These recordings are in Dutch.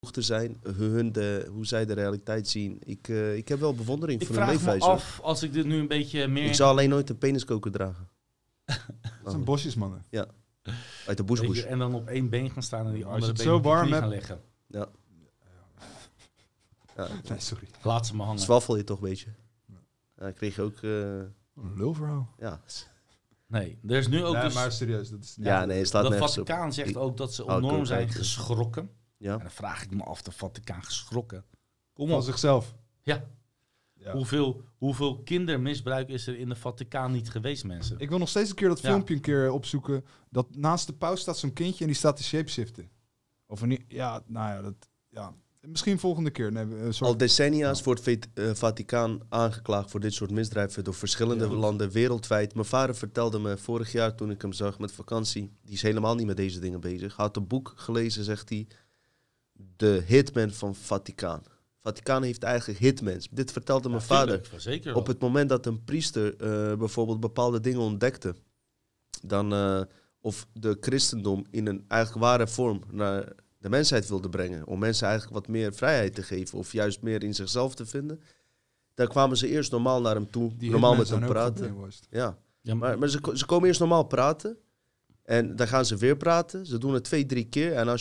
te zijn, hoe zij de realiteit zien. Ik heb wel bewondering Ik voor hun vraag me leefwijze. af, als ik dit nu een beetje meer... Ik zal alleen nooit een peniskoker dragen. Dat zijn bosjesmannen. Uit de Weet je, bush. en dan op één been gaan staan en die Als je andere het been zo op die warm knie hebt- gaan leggen. Ja. Nee, sorry. Laat ze maar hangen. Zwaffel je toch een beetje. Ja, kreeg je ook... Een lulverhaal. ja. Nee, er is nu ook Nee, dus... maar serieus. Dat is, Ja, nee, het slaat De nergens op. Vaticaan zegt ook dat ze Hou ik enorm ook zijn uit. geschrokken. Ja. En dan vraag ik me af, de Vaticaan geschrokken? Kom Van op. zichzelf. Ja. Ja. Hoeveel kindermisbruik is er in de Vaticaan niet geweest, mensen? Ik wil nog steeds een keer dat Ja. filmpje een keer opzoeken. Dat naast de paus staat zo'n kindje en die staat te shapeshiften. Of een, ja, nou ja, dat, ja. Misschien volgende keer. Nee, een soort, Al decennia's wordt het Vaticaan aangeklaagd voor dit soort misdrijven door verschillende landen wereldwijd. Mijn vader vertelde me vorig jaar toen ik hem zag met vakantie, die is helemaal niet met deze dingen bezig. Hij had een boek gelezen, zegt hij, de hitman van Vaticaan. Vaticaan heeft eigenlijk hitmans. Dit vertelde mijn vader. Tuurlijk, zeker Op het moment dat een priester bijvoorbeeld bepaalde dingen ontdekte, dan, of de christendom in een eigenlijk ware vorm naar de mensheid wilde brengen, om mensen eigenlijk wat meer vrijheid te geven of juist meer in zichzelf te vinden, dan kwamen ze eerst normaal naar hem toe, die normaal met hitmen hem zijn ook praten. gebrainwashed. Ja, Ja, maar ze komen eerst normaal praten en dan gaan ze weer praten. Ze doen het 2-3 keer en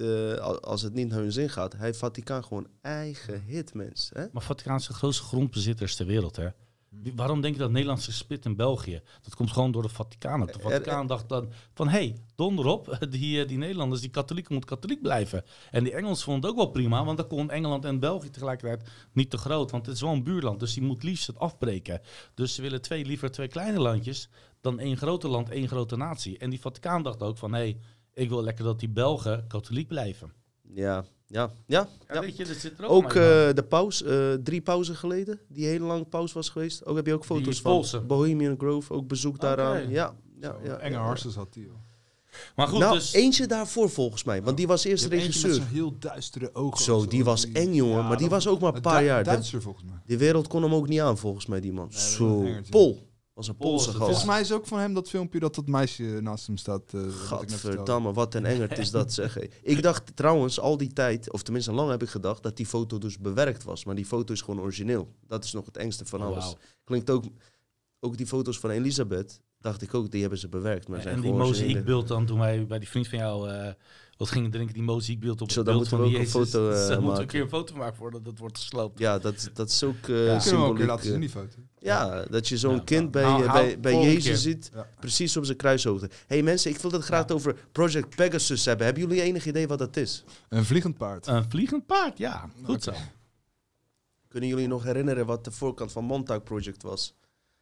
als het niet naar hun zin gaat, heeft Vaticaan gewoon eigen hitmans. Hè? Maar Vaticaan is de grootste grondbezitters ter wereld, hè? Waarom denk je dat Nederland is gesplit in België? Dat komt gewoon door de Vaticaan. De Vaticaan dacht dan van, hé, donder op, die Nederlanders, die katholieken moeten katholiek blijven. En die Engels vonden het ook wel prima, want dan kon Engeland en België tegelijkertijd niet te groot. Want het is wel een buurland, dus die moet liefst het afbreken. Dus ze willen liever twee kleine landjes dan één grote land, één grote natie. En die Vaticaan dacht ook van, hé, ik wil lekker dat die Belgen katholiek blijven. Ja. Weet je, dat zit er ook Ook maar in. de paus, 3 pauzen geleden, die hele lange pauze was geweest. Ook heb je ook foto's Die van Poolse. Bohemian Grove, ook bezoek daaraan. Ja. Enge harses had die, joh. Maar goed, Nou, dus... eentje daarvoor volgens mij, want die was eerst Je hebt eentje met regisseur. zo'n heel duistere ogen. Zo, of die was eng, jongen, maar die was ook maar een paar jaar. Duitser volgens mij. Die wereld kon hem ook niet aan, volgens mij, die man. dat is Zo, een engertje. Pol. Was een Pol Poolse was het, gast. Volgens mij is ook van hem dat filmpje dat meisje naast hem staat. wat ik net vertelde. Gadverdamme, wat een engert is dat, zeg. Hé. Ik dacht trouwens al die tijd, of tenminste lang heb ik gedacht, dat die foto dus bewerkt was. Maar die foto is gewoon origineel. Dat is nog het engste van alles. Wauw. Klinkt ook die foto's van Elisabeth, dacht ik ook, die hebben ze bewerkt. Maar zijn En die gewoon originele. mozaïekbeeld dan, toen wij bij die vriend van jou wat gingen drinken, die mozaïekbeeld op Zo, het dan beeld moeten van we ook een Jezus. foto, Dus dan moeten we maken. een keer een foto maken voordat het wordt gesloopt. Ja, dat is ook Kunnen we ook een symboliek. keer laten zien, die foto. Ja, dat je zo'n Ja, kind bij volgende Jezus keer. ziet, Ja. precies op zijn kruishoogte. Hey mensen, ik wil het graag over Project Pegasus hebben. Hebben jullie enig idee wat dat is? Een vliegend paard. Een vliegend paard, ja. Goed zo. Kunnen jullie nog herinneren wat de voorkant van Montauk Project was?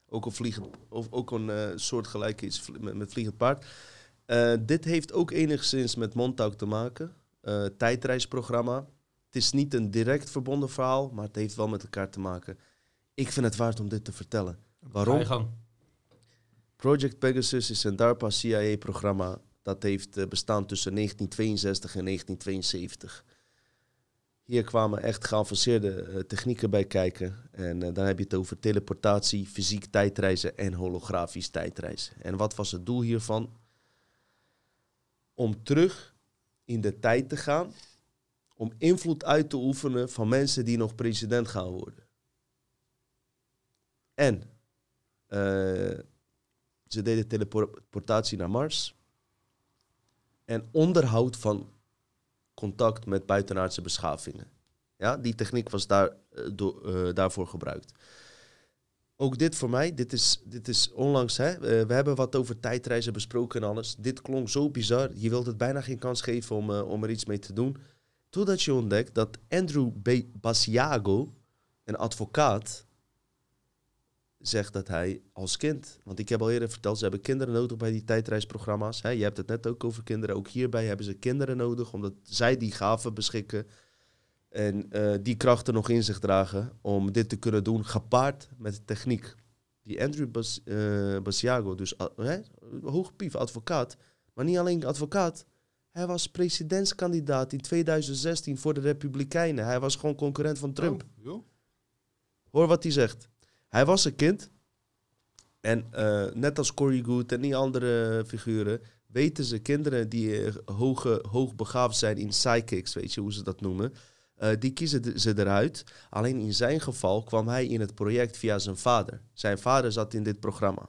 Ook een soortgelijke iets met vliegend paard. Dit heeft ook enigszins met Montauk te maken. Tijdreisprogramma. Het is niet een direct verbonden verhaal, maar het heeft wel met elkaar te maken. Ik vind het waard om dit te vertellen. Waarom? Ga je gang. Project Pegasus is een DARPA-CIA-programma dat heeft bestaan tussen 1962 en 1972. Hier kwamen echt geavanceerde technieken bij kijken. En dan heb je het over teleportatie, fysiek tijdreizen en holografisch tijdreizen. En wat was het doel hiervan? Om terug in de tijd te gaan, om invloed uit te oefenen van mensen die nog president gaan worden. En ze deden teleportatie naar Mars en onderhoud van contact met buitenaardse beschavingen. Ja, die techniek was daarvoor gebruikt. Ook dit voor mij, dit is onlangs, hè, we hebben wat over tijdreizen besproken en alles. Dit klonk zo bizar, je wilt het bijna geen kans geven om er iets mee te doen. Totdat je ontdekt dat Andrew Basiago, een advocaat, zegt dat hij als kind, want ik heb al eerder verteld, ze hebben kinderen nodig bij die tijdreisprogramma's. Hè? Je hebt het net ook over kinderen. Ook hierbij hebben ze kinderen nodig, omdat zij die gaven beschikken en die krachten nog in zich dragen om dit te kunnen doen, gepaard met de techniek. Die Andrew Basiago, dus hoge pief, advocaat, maar niet alleen advocaat. Hij was presidentskandidaat in 2016 voor de Republikeinen. Hij was gewoon concurrent van Trump. Oh, joh. Hoor wat hij zegt. Hij was een kind. En net als Corey Good en die andere figuren, weten ze, kinderen die hoogbegaafd zijn in psychics, weet je hoe ze dat noemen, die kiezen ze eruit. Alleen in zijn geval kwam hij in het project via zijn vader. Zijn vader zat in dit programma.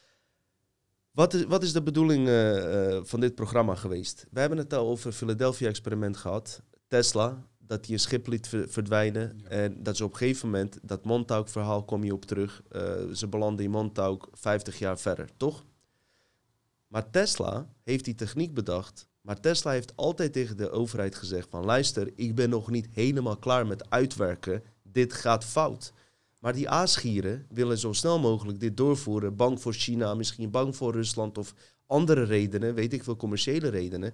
Wat is de bedoeling van dit programma geweest? We hebben het al over het Philadelphia-experiment gehad. Tesla, dat hij een schip liet verdwijnen. Ja. En dat ze op een gegeven moment, dat Montauk-verhaal kom je op terug. Ze belanden in Montauk 50 jaar verder, toch? Maar Tesla heeft die techniek bedacht. Maar Tesla heeft altijd tegen de overheid gezegd van... luister, ik ben nog niet helemaal klaar met uitwerken. Dit gaat fout. Maar die aasgieren willen zo snel mogelijk dit doorvoeren. Bang voor China, misschien bang voor Rusland of andere redenen. Weet ik veel, commerciële redenen.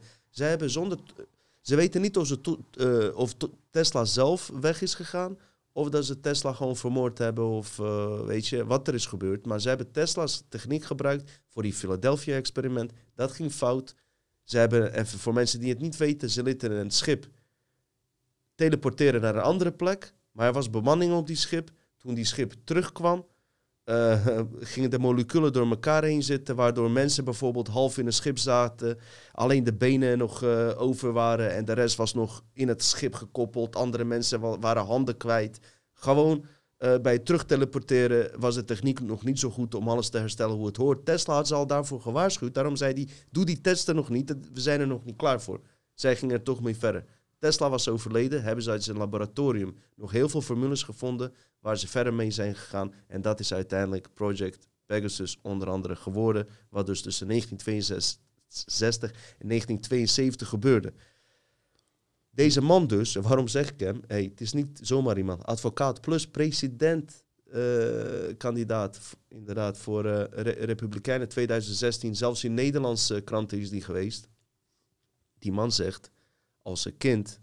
Ze weten niet of Tesla zelf weg is gegaan... of dat ze Tesla gewoon vermoord hebben of weet je, wat er is gebeurd. Maar ze hebben Tesla's techniek gebruikt voor die Philadelphia-experiment. Dat ging fout. Ze hebben, even voor mensen die het niet weten, ze lieten een schip teleporteren naar een andere plek. Maar er was bemanning op die schip. Toen die schip terugkwam, gingen de moleculen door elkaar heen zitten, waardoor mensen bijvoorbeeld half in een schip zaten, alleen de benen nog over waren en de rest was nog in het schip gekoppeld. Andere mensen waren handen kwijt. Gewoon bij het terugteleporteren was de techniek nog niet zo goed om alles te herstellen hoe het hoort. Tesla had ze al daarvoor gewaarschuwd. Daarom zei hij, doe die testen nog niet, we zijn er nog niet klaar voor. Zij gingen er toch mee verder. Tesla was overleden, hebben ze uit zijn laboratorium nog heel veel formules gevonden waar ze verder mee zijn gegaan. En dat is uiteindelijk Project Pegasus onder andere geworden, wat dus tussen 1962 en 1972 gebeurde. Deze man dus, en waarom zeg ik hem? Hey, het is niet zomaar iemand, advocaat plus president kandidaat inderdaad voor Republikeinen 2016. Zelfs in Nederlandse kranten is die geweest. Die man zegt, als een kind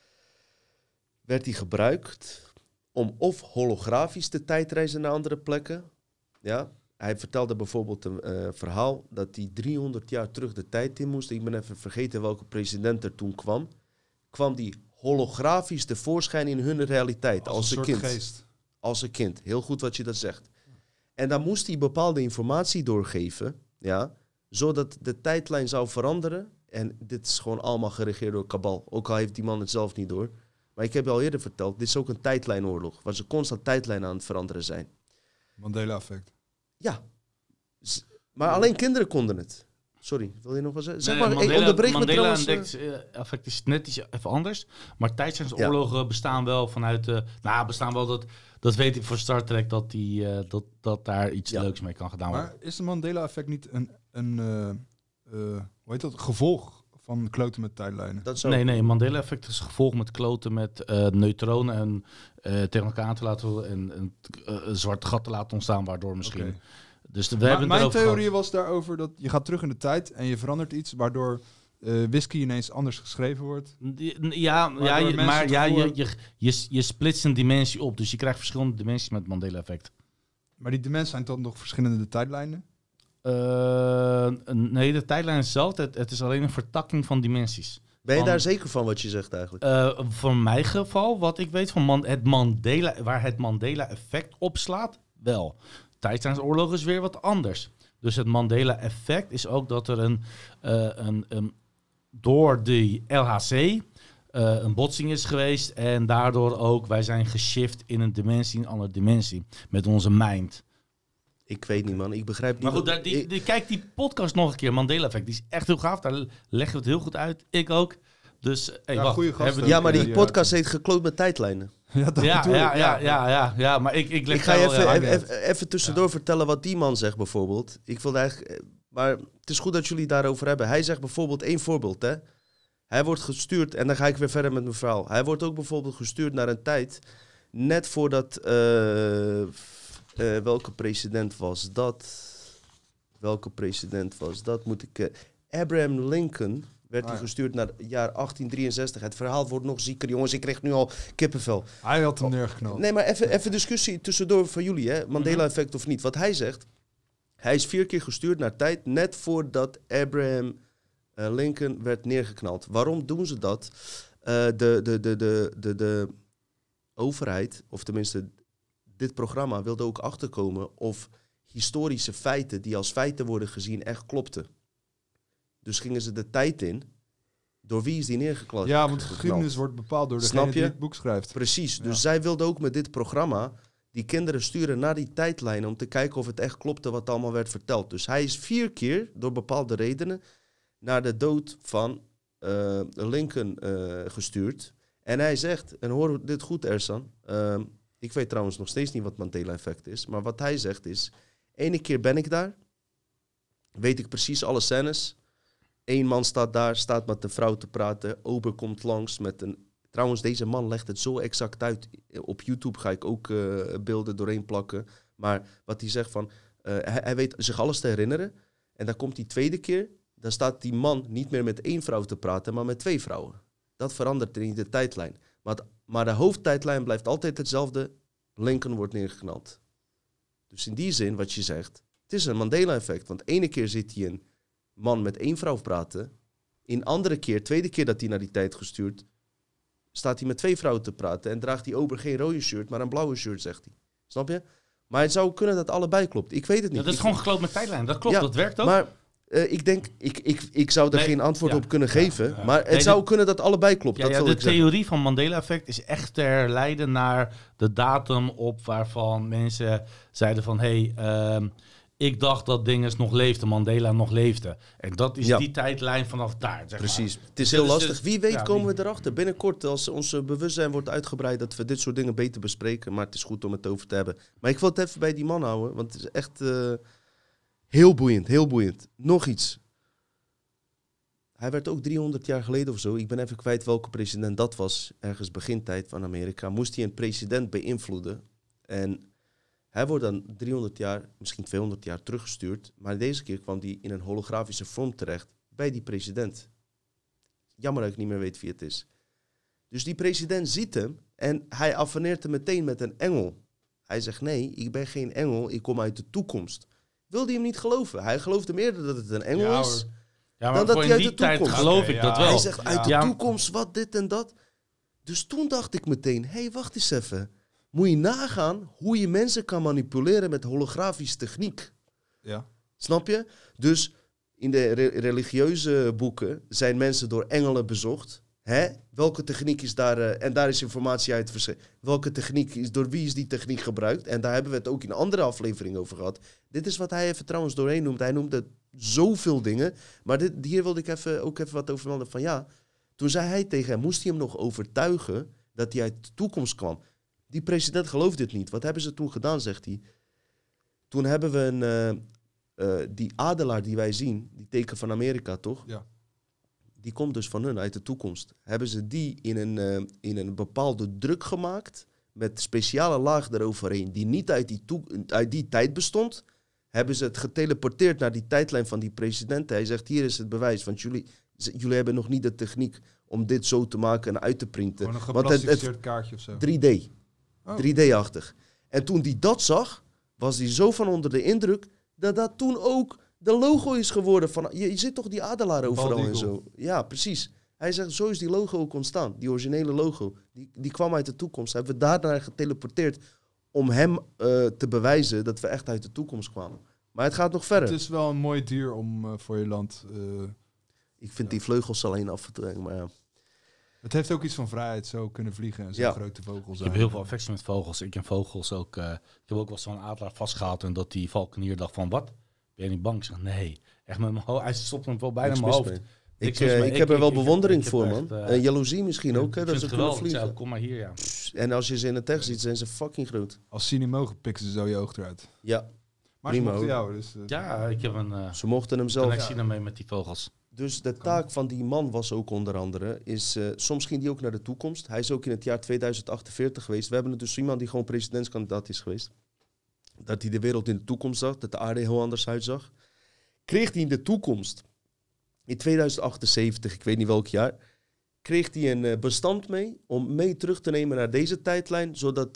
werd hij gebruikt om of holografisch te tijdreizen naar andere plekken. Ja, hij vertelde bijvoorbeeld een verhaal dat hij 300 jaar terug de tijd in moest. Ik ben even vergeten welke president er toen kwam. Kwam die holografisch tevoorschijn in hun realiteit als een kind. Geest. Als een kind. Heel goed wat je dat zegt. En dan moest hij bepaalde informatie doorgeven, ja, zodat de tijdlijn zou veranderen. En dit is gewoon allemaal geregeerd door kabal. Ook al heeft die man het zelf niet door. Maar ik heb je al eerder verteld, dit is ook een tijdlijnoorlog. Waar ze constant tijdlijnen aan het veranderen zijn. Mandela-effect. Ja. Maar alleen kinderen konden het. Sorry, wil je nog wat zeggen? Zeg maar, maar, onderbreek me trouwens. Mandela-effect is net iets even anders. Maar tijdlijnsoorlogen bestaan wel vanuit... bestaan wel dat weet ik voor Star Trek dat daar iets leuks mee kan gedaan worden. Maar is de Mandela-effect niet een hoe heet dat? Gevolg van kloten met tijdlijnen? Nee, Mandela-effect is gevolg met kloten met neutronen en tegen elkaar te laten en een zwart gat te laten ontstaan, waardoor misschien... Okay. Dus mijn theorie was daarover dat je gaat terug in de tijd en je verandert iets, waardoor whisky ineens anders geschreven wordt. Je splitst een dimensie op, dus je krijgt verschillende dimensies met Mandela-effect. Maar die dimensies zijn toch nog verschillende tijdlijnen? Nee, de tijdlijn is hetzelfde. Het is alleen een vertakking van dimensies. Ben je daar zeker van wat je zegt eigenlijk? Voor mijn geval, wat ik weet van waar het Mandela-effect opslaat, wel. Tijdlijnsoorlog is weer wat anders. Dus het Mandela-effect is ook dat er door de LHC een botsing is geweest en daardoor ook wij zijn geshift in een andere dimensie met onze mind. Ik weet niet, man. Ik begrijp niet. Maar goed, kijk die podcast nog een keer, Mandela-effect. Die is echt heel gaaf. Daar leggen we het heel goed uit. Ik ook. Dus, goede gasten. Maar die podcast heet Gekloot met tijdlijnen. Ja, maar ik ga je even tussendoor vertellen wat die man zegt bijvoorbeeld. Ik wilde eigenlijk... Maar het is goed dat jullie daarover hebben. Hij zegt bijvoorbeeld één voorbeeld, hè. Hij wordt gestuurd, en dan ga ik weer verder met mijn verhaal. Hij wordt ook bijvoorbeeld gestuurd naar een tijd, net voordat... welke president was dat? Moet ik... Abraham Lincoln werd hij gestuurd naar het jaar 1863. Het verhaal wordt nog zieker, jongens. Ik kreeg nu al kippenvel. Hij had hem neergeknald. Nee, maar even discussie tussendoor van jullie, hè? Mandela-effect of niet. Wat hij zegt, hij is 4 keer gestuurd naar tijd, net voordat Abraham Lincoln werd neergeknald. Waarom doen ze dat? De overheid, of tenminste dit programma, wilde ook achterkomen of historische feiten die als feiten worden gezien echt klopten. Dus gingen ze de tijd in. Door wie is die neergeklapt? Ja, want geschiedenis wordt bepaald door degene die het boek schrijft. Precies. Dus zij wilden ook met dit programma die kinderen sturen naar die tijdlijn om te kijken of het echt klopte wat allemaal werd verteld. Dus hij is 4 keer, door bepaalde redenen, naar de dood van Lincoln gestuurd. En hij zegt, en hoor dit goed Ersan, ik weet trouwens nog steeds niet wat Mandela-effect is, maar wat hij zegt is, 1 keer ben ik daar, weet ik precies alle scènes. 1 man staat daar, staat met de vrouw te praten, Ober komt langs met een... Trouwens, deze man legt het zo exact uit. Op YouTube ga ik ook beelden doorheen plakken. Maar wat hij zegt van... hij weet zich alles te herinneren. En dan komt die 2e keer. Dan staat die man niet meer met 1 vrouw te praten, maar met 2 vrouwen. Dat verandert in de tijdlijn. Maar de hoofdtijdlijn blijft altijd hetzelfde. Lincoln wordt neergeknald. Dus in die zin, wat je zegt... Het is een Mandela-effect. Want 1 keer zit hij een man met 1 vrouw praten. In andere keer, 2e keer dat hij naar die tijd gestuurd... staat hij met 2 vrouwen te praten en draagt die Ober geen rode shirt, maar een blauwe shirt, zegt hij. Snap je? Maar het zou kunnen dat allebei klopt. Ik weet het niet. Ja, dat is gewoon geklopt met tijdlijn. Dat klopt, dat werkt ook. Maar ik denk, ik zou er geen antwoord op kunnen geven. Maar het zou kunnen dat allebei klopt. De theorie van Mandela-effect is echt te herleiden naar de datum op waarvan mensen zeiden van... ik dacht dat dinges nog leefde, Mandela nog leefde. En dat is die tijdlijn vanaf daar. Zeg Precies. maar. Het is heel lastig. Wie weet komen we erachter. Binnenkort, als ons bewustzijn wordt uitgebreid... dat we dit soort dingen beter bespreken. Maar het is goed om het over te hebben. Maar ik wil het even bij die man houden. Want het is echt heel boeiend. Heel boeiend. Nog iets. Hij werd ook 300 jaar geleden of zo. Ik ben even kwijt welke president dat was. Ergens begintijd van Amerika. Moest hij een president beïnvloeden. En... hij wordt dan 300 jaar, misschien 200 jaar teruggestuurd. Maar deze keer kwam hij in een holografische vorm terecht bij die president. Jammer dat ik niet meer weet wie het is. Dus die president ziet hem en hij affineert hem meteen met een engel. Hij zegt, nee, ik ben geen engel, ik kom uit de toekomst. Wilde hij hem niet geloven? Hij geloofde meer dat het een engel is maar dan dat hij uit de toekomst... geloof ik dat wel. Hij zegt, uit de toekomst, wat, dit en dat. Dus toen dacht ik meteen, hé, wacht eens even... moet je nagaan hoe je mensen kan manipuleren met holografische techniek. Ja. Snap je? Dus in de religieuze boeken zijn mensen door engelen bezocht. Welke techniek is daar... en daar is informatie uit verschenen. Welke techniek is... door wie is die techniek gebruikt? En daar hebben we het ook in een andere aflevering over gehad. Dit is wat hij even trouwens doorheen noemt. Hij noemde zoveel dingen. Maar hier wilde ik ook even wat over melden. Van ja, toen zei hij tegen hem... moest hij hem nog overtuigen dat hij uit de toekomst kwam. Die president geloofde dit niet. Wat hebben ze toen gedaan, zegt hij. Toen hebben we die adelaar die wij zien, die teken van Amerika, toch? Ja. Die komt dus van hun, uit de toekomst. Hebben ze die in een bepaalde druk gemaakt, met speciale laag eroverheen, die niet uit die tijd bestond, hebben ze het geteleporteerd naar die tijdlijn van die president. Hij zegt, hier is het bewijs, want jullie hebben nog niet de techniek om dit zo te maken en uit te printen. Gewoon een geplastificeerd kaartje of zo. 3D. 3D-achtig. En toen hij dat zag, was hij zo van onder de indruk dat toen ook de logo is geworden van... Je ziet toch die adelaar overal en zo? Ja, precies. Hij zegt, zo is die logo ook ontstaan. Die originele logo. Die kwam uit de toekomst. Hebben we daarnaar geteleporteerd om hem te bewijzen dat we echt uit de toekomst kwamen. Maar het gaat nog verder. Het is wel een mooi dier om voor je land... ik vind die vleugels alleen af te trekken, maar ja. Het heeft ook iets van vrijheid, zo kunnen vliegen en zo grote vogels zijn. Ik heb heel veel affectie met vogels. Ik ken vogels ook. Ik heb ook wel zo'n adelaar vastgehaald en dat die valkenier dacht van, wat? Ben je niet bang? Ik zeg, nee. Echt met mijn hoofd. Hij stopt hem wel bijna in mijn hoofd. Ik heb er wel bewondering voor, man. En jaloezie misschien ook, hè, dat ze kunnen vliegen. Ja, kom maar hier, ja. En als je ze in het echt ziet, zijn ze fucking groot. Als ze niet mogen, pikken ze zo je oog eruit. Ja. Maar ze mochten jou, dus... ja, ik heb een ze mochten hem zelf. connectie daarmee met die vogels. Dus de taak van die man was ook onder andere, soms ging hij ook naar de toekomst. Hij is ook in het jaar 2048 geweest. We hebben dus iemand die gewoon presidentskandidaat is geweest. Dat hij de wereld in de toekomst zag, dat de aarde heel anders uitzag. Kreeg hij in de toekomst, in 2078, ik weet niet welk jaar, kreeg hij een bestand mee om mee terug te nemen naar deze tijdlijn, zodat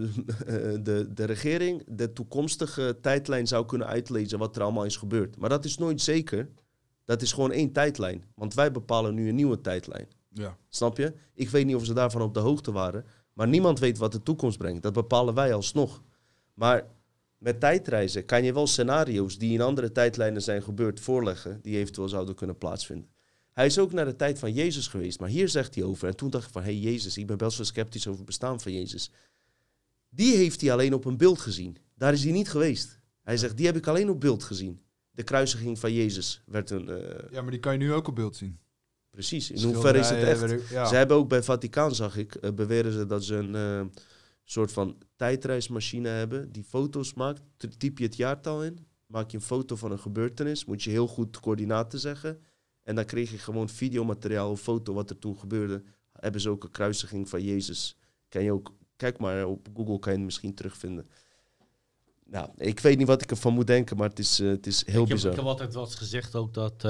de regering de toekomstige tijdlijn zou kunnen uitlezen wat er allemaal is gebeurd. Maar dat is nooit zeker. Dat is gewoon 1 tijdlijn. Want wij bepalen nu een nieuwe tijdlijn. Ja. Snap je? Ik weet niet of ze daarvan op de hoogte waren. Maar niemand weet wat de toekomst brengt. Dat bepalen wij alsnog. Maar met tijdreizen kan je wel scenario's die in andere tijdlijnen zijn gebeurd voorleggen, die eventueel zouden kunnen plaatsvinden. Hij is ook naar de tijd van Jezus geweest, maar hier zegt hij over. En toen dacht ik van, hey Jezus, ik ben best wel sceptisch over het bestaan van Jezus. Die heeft hij alleen op een beeld gezien. Daar is hij niet geweest. Hij zegt, die heb ik alleen op beeld gezien. De kruisiging van Jezus werd een... Ja, maar die kan je nu ook op beeld zien. Precies, in hoeverre is het echt? Ja. Ze hebben ook bij Vaticaan, zag ik, beweren ze dat ze een soort van tijdreismachine hebben die foto's maakt. Typ je het jaartal in, maak je een foto van een gebeurtenis, moet je heel goed coördinaten zeggen. En dan kreeg je gewoon videomateriaal of foto wat er toen gebeurde. Hebben ze ook een kruisiging van Jezus. Kan je ook, kijk maar, op Google kan je het misschien terugvinden. Nou, ik weet niet wat ik ervan moet denken, maar het is heel bizar. Ik heb altijd wel eens gezegd ook dat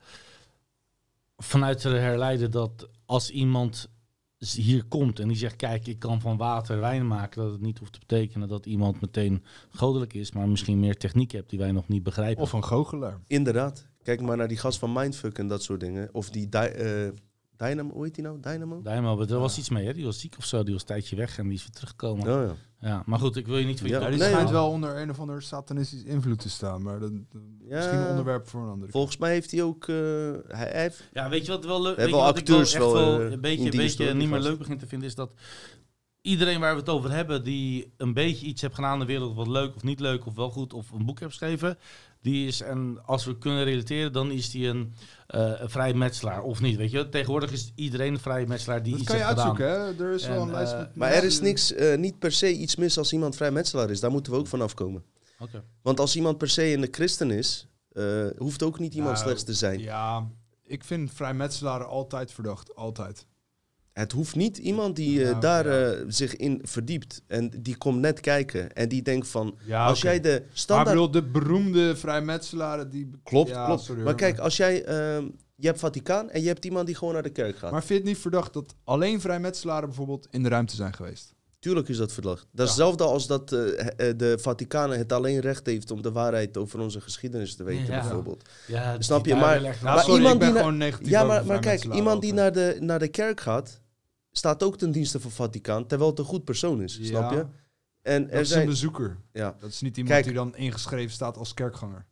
vanuit de herleiden dat als iemand hier komt en die zegt, kijk, ik kan van water wijn maken, dat het niet hoeft te betekenen dat iemand meteen goddelijk is, maar misschien meer techniek hebt die wij nog niet begrijpen. Of een goochelaar. Inderdaad. Kijk maar naar die gast van Mindfuck en dat soort dingen. Of die Dynamo, hoe heet die nou? Dynamo? Dynamo, er was iets mee, hè? Die was ziek of zo, die was een tijdje weg en die is weer teruggekomen. Oh, ja. Ja, maar goed, ik wil je niet voor je Ja, Ja, top- die nee, schijnt ja. wel onder een of ander satanistisch invloed te staan, maar misschien een onderwerp voor een andere. Volgens mij heeft hij ook... hij heeft... Ja, weet je wat wel leuk? We hebben Weet je wel wat ik wel acteurs echt wel, wel in een die beetje historie niet meer gast. leuk begint te vinden, is dat iedereen waar we het over hebben, die een beetje iets heeft gedaan in de wereld, wat leuk of niet leuk, of wel goed, of een boek heeft geschreven, die is, en als we kunnen relateren, dan is die een vrijmetselaar, of niet, weet je. Tegenwoordig is iedereen een vrijmetselaar die Dat iets kan je heeft gedaan. uitzoeken, hè? Er is wel En, een lijst met... Maar er is niks, niet per se iets mis als iemand vrijmetselaar is. Daar moeten we ook van afkomen. Oké. Want als iemand per se een christen is, hoeft ook niet iemand Nou, slechts te zijn. Ja, ik vind vrijmetselaren altijd verdacht. Altijd. Het hoeft niet iemand die Nou, daar ja. zich in verdiept. En die komt net kijken. En die denkt van, Ja, als jij de Maar ik standaard... bedoel, de beroemde vrijmetselaren die... Klopt, Ja, klopt. sorry, maar hoor, kijk, als jij... je hebt Vaticaan en je hebt iemand die gewoon naar de kerk gaat. Maar vind je het niet verdacht dat alleen vrijmetselaren bijvoorbeeld in de ruimte zijn geweest? Tuurlijk is dat verdacht. Dat is Ja. hetzelfde als dat de Vaticaan het alleen recht heeft om de waarheid over onze geschiedenis te weten, Ja. bijvoorbeeld. Ja, Snap je? daar Maar- wil echt- Nou, Maar sorry, iemand ik ben die gewoon negatief Ja, over maar kijk, vrijmetselaren iemand die altijd. naar de kerk gaat, staat ook ten dienste van Vaticaan, terwijl het een goed persoon is, Ja. snap je? En Dat er is een zijn... bezoeker. Ja, Dat is niet iemand Kijk. die dan ingeschreven staat als kerkganger.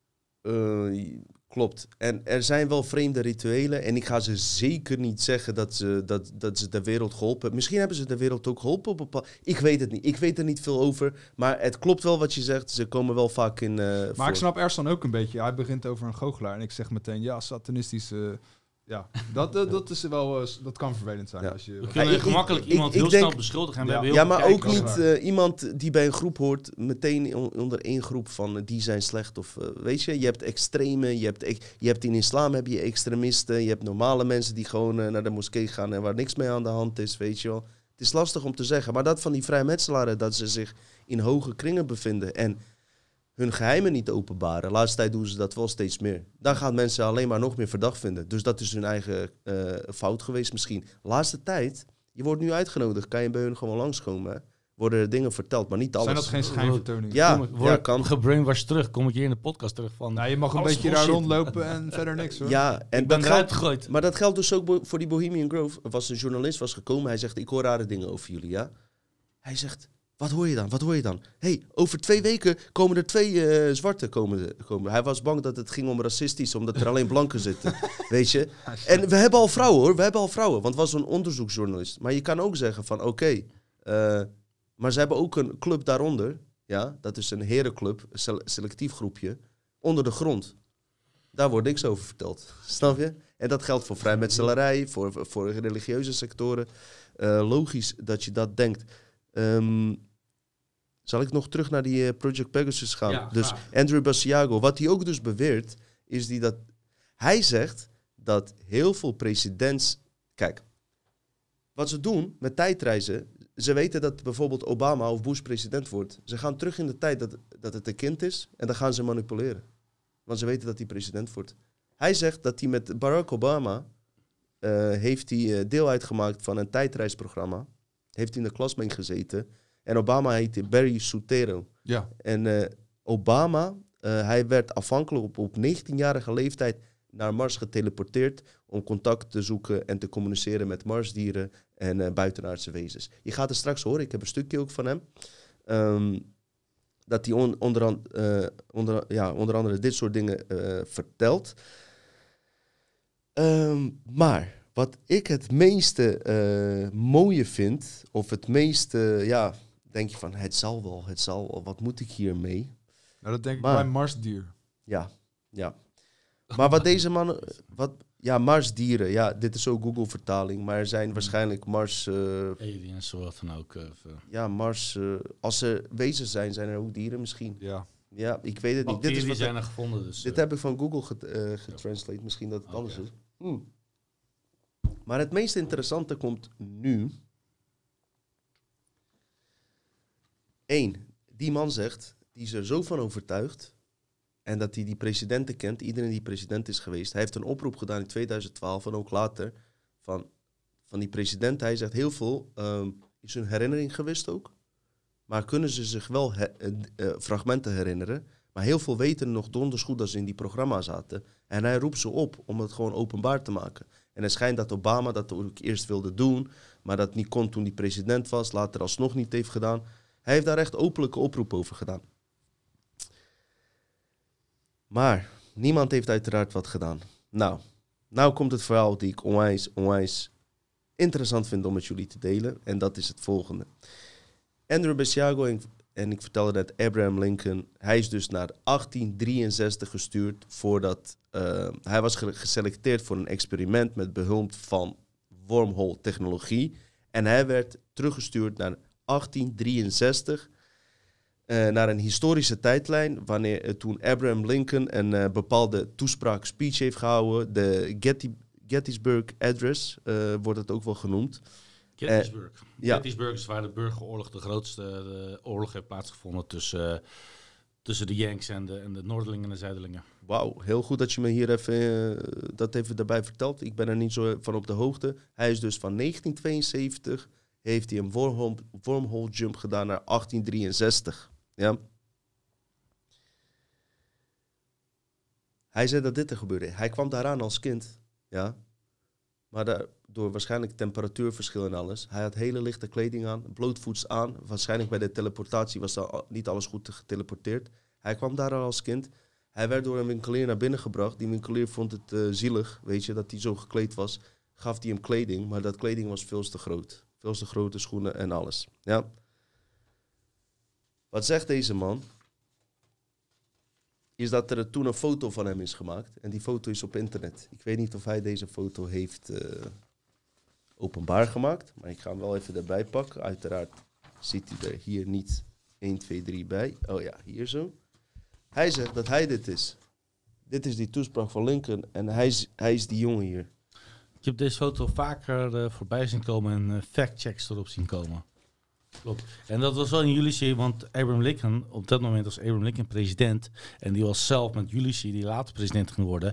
klopt. En er zijn wel vreemde rituelen en ik ga ze zeker niet zeggen dat ze de wereld geholpen hebben. Misschien hebben ze de wereld ook geholpen op bepaalde... Ik weet het niet. Ik weet er niet veel over, maar het klopt wel wat je zegt. Ze komen wel vaak in Maar voor. ik snap Ersan ook een beetje. Hij begint over een goochelaar en ik zeg meteen, ja, satanistisch... ja, dat is wel... dat kan vervelend zijn. Ja. Als je, We kunnen ik- gemakkelijk ik- iemand ik heel denk- snel beschuldigen. En we Ja. hebben heel Ja, veel maar ook kijkers. niet iemand die bij een groep hoort, meteen onder één groep van die zijn slecht. Of weet je hebt extreme, je hebt in islam heb je extremisten, je hebt normale mensen die gewoon naar de moskee gaan en waar niks mee aan de hand is, weet je wel. Het is lastig om te zeggen, maar dat van die vrijmetselaren, dat ze zich in hoge kringen bevinden en hun geheimen niet openbaren. Laatste tijd doen ze dat wel steeds meer. Dan gaan mensen alleen maar nog meer verdacht vinden. Dus dat is hun eigen fout geweest misschien. Laatste tijd, je wordt nu uitgenodigd, kan je bij hun gewoon langskomen. Hè? Worden er dingen verteld, maar niet alles. zijn dat geen schijnvertoningen? Ja, Word kan. gebrainwashed terug. Kom ik hier in de podcast terug van. Nou, je mag een Alles beetje daar bullshit. rondlopen en verder niks, hoor. Ja, en ik ben dat eruit geldt, gegooid. maar dat geldt dus ook voor die Bohemian Grove. Er was een journalist was gekomen, hij zegt, ik hoor rare dingen over jullie, ja. Hij zegt, wat hoor je dan? Wat hoor je dan? Hey, over 2 weken komen er 2 zwarten komen. Hij was bang dat het ging om racistisch, omdat er alleen blanken zitten. Weet je? En we hebben al vrouwen hoor, we hebben al vrouwen. Want het was een onderzoeksjournalist. Maar je kan ook zeggen van oké, maar ze hebben ook een club daaronder. Ja, dat is een herenclub, een selectief groepje, onder de grond. Daar wordt niks over verteld. Snap je? En dat geldt voor vrijmetselarij, voor religieuze sectoren. Logisch dat je dat denkt. Zal ik nog terug naar die Project Pegasus gaan? Ja, dus graag. Andrew Basiago, wat hij ook dus beweert, is dat hij zegt dat heel veel presidents... Kijk, wat ze doen met tijdreizen, ze weten dat bijvoorbeeld Obama of Bush president wordt. Ze gaan terug in de tijd dat het een kind is en dan gaan ze manipuleren. Want ze weten dat hij president wordt. Hij zegt dat hij met Barack Obama heeft hij deel uitgemaakt van een tijdreisprogramma. Heeft hij in de klas mee gezeten. En Obama heette Barry Soetoro. Ja. En Obama, hij werd afhankelijk op 19-jarige leeftijd naar Mars geteleporteerd om contact te zoeken en te communiceren met Marsdieren en buitenaardse wezens. Je gaat het straks horen, ik heb een stukje ook van hem. dat hij onder andere dit soort dingen vertelt. Maar wat ik het meeste mooie vind, of het meeste, denk je van, het zal wel, wat moet ik hiermee? Nou, dat denk ik bij marsdier. Ja. Maar wat deze mannen... marsdieren. Dit is ook Google-vertaling. Maar er zijn waarschijnlijk Mars... aliens, wat dan ook. Mars... als er wezens zijn er ook dieren misschien. Ja, ik weet het niet. Dit zijn er gevonden. Dus, dit heb ik van Google getranslate. Misschien dat het anders is. Maar het meest interessante komt nu. 1. Die man zegt, die is er zo van overtuigd... En dat hij die presidenten kent, iedereen die president is geweest. Hij heeft een oproep gedaan in 2012 en ook later van die president. Hij zegt heel veel, is hun herinnering gewist ook. Maar kunnen ze zich wel fragmenten herinneren. Maar heel veel weten nog donders goed dat ze in die programma zaten. En hij roept ze op om het gewoon openbaar te maken. En het schijnt dat Obama dat ook eerst wilde doen. Maar dat niet kon toen hij president was. Later alsnog niet heeft gedaan. Hij heeft daar echt openlijke oproep over gedaan. Maar niemand heeft uiteraard wat gedaan. Nou komt het verhaal die ik onwijs interessant vind om met jullie te delen. En dat is het volgende. Andrew Basiago, en ik vertelde net Abraham Lincoln, hij is dus naar 1863 gestuurd voordat hij was geselecteerd voor een experiment met behulp van wormhole technologie. En hij werd teruggestuurd naar 1863. Naar een historische tijdlijn, toen Abraham Lincoln een bepaalde speech heeft gehouden. De Gettysburg Address wordt het ook wel genoemd. Gettysburg. Gettysburg is waar de burgeroorlog, de grootste oorlog heeft plaatsgevonden tussen de Yanks en de Noorderlingen en de Zuiderlingen. Wauw, heel goed dat je me hier even daarbij vertelt. Ik ben er niet zo van op de hoogte. Hij is dus van 1972, heeft hij een wormhole jump gedaan naar 1863. Ja. Hij zei dat dit er gebeurde. Hij kwam daaraan als kind. Ja. Maar door waarschijnlijk temperatuurverschil en alles. Hij had hele lichte kleding aan, blootvoets aan. Waarschijnlijk bij de teleportatie was niet alles goed geteleporteerd. Hij kwam daar al als kind. Hij werd door een winkelier naar binnen gebracht. Die winkelier vond het zielig, weet je, dat hij zo gekleed was. Gaf hij hem kleding, maar dat kleding was veel te groot. Veel te grote schoenen en alles. Ja. Wat zegt deze man? Is dat er toen een foto van hem is gemaakt. En die foto is op internet. Ik weet niet of hij deze foto heeft openbaar gemaakt. Maar ik ga hem wel even erbij pakken. Uiteraard ziet hij er hier niet 1, 2, 3 bij. Oh ja, hier zo. Hij zegt dat hij dit is. Dit is die toespraak van Lincoln. En hij is die jongen hier. Ik heb deze foto vaker voorbij zien komen en factchecks erop zien komen. Klopt. En dat was wel in Ulysses, want Abraham Lincoln, op dat moment was Abraham Lincoln president. En die was zelf met Ulysses, die later president ging worden,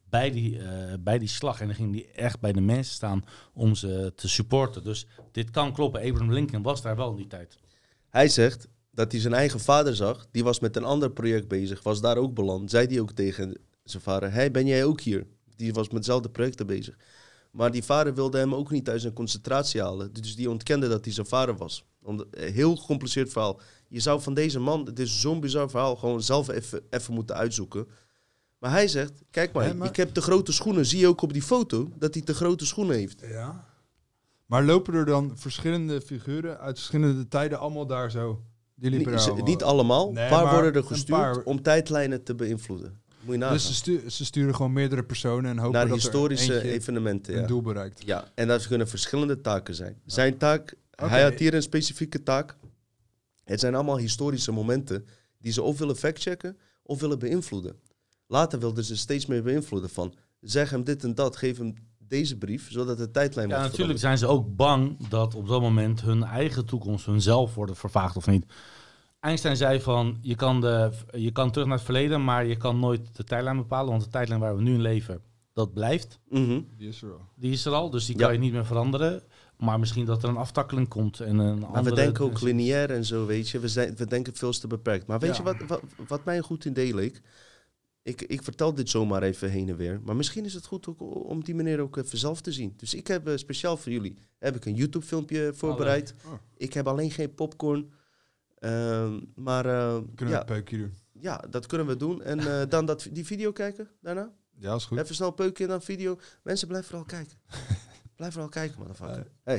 bij die slag. En dan ging hij echt bij de mensen staan om ze te supporten. Dus dit kan kloppen. Abraham Lincoln was daar wel in die tijd. Hij zegt dat hij zijn eigen vader zag. Die was met een ander project bezig, was daar ook beland. Zei hij ook tegen zijn vader, hey, ben jij ook hier? Die was met hetzelfde projecten bezig. Maar die vader wilde hem ook niet uit zijn concentratie halen. Dus die ontkende dat hij zijn vader was. Heel gecompliceerd verhaal. Je zou van deze man, het is zo'n bizar verhaal, gewoon zelf even moeten uitzoeken. Maar hij zegt, kijk maar, ik heb te grote schoenen. Zie je ook op die foto dat hij te grote schoenen heeft. Ja. Maar lopen er dan verschillende figuren uit verschillende tijden allemaal daar zo? Die liepen daar allemaal. Niet allemaal. Een paar worden er gestuurd om tijdlijnen te beïnvloeden. Moet je nagaan. Dus ze sturen gewoon meerdere personen en hopen naar dat historische evenementen. Een doel bereikt. Ja, en dat kunnen verschillende taken zijn. Zijn taak, hij had hier een specifieke taak. Het zijn allemaal historische momenten die ze of willen factchecken of willen beïnvloeden. Later wilden ze steeds meer beïnvloeden van, zeg hem dit en dat, geef hem deze brief, zodat de tijdlijn wordt natuurlijk zijn ze ook bang dat op dat moment hun eigen toekomst, hunzelf worden vervaagd of niet. Einstein zei van, je kan terug naar het verleden, maar je kan nooit de tijdlijn bepalen, want de tijdlijn waar we nu in leven, dat blijft. Mm-hmm. Die is er al. Dus die kan je niet meer veranderen. Maar misschien dat er een aftakkeling komt. En een maar andere, we denken ook lineair en zo, weet je. We denken veel te beperkt. Maar weet je wat mij een goed idee leek? Ik vertel dit zomaar even heen en weer. Maar misschien is het goed ook om die meneer ook even zelf te zien. Dus ik heb speciaal voor jullie een YouTube-filmpje voorbereid. Ik heb alleen geen popcorn. Maar Kunnen we ja, een peukje doen? ja, dat kunnen we doen. En dan die video kijken daarna. Ja, is goed. Even snel peukje en dan video. Mensen, blijf vooral kijken. Blijf vooral kijken, motherfucker. Hey.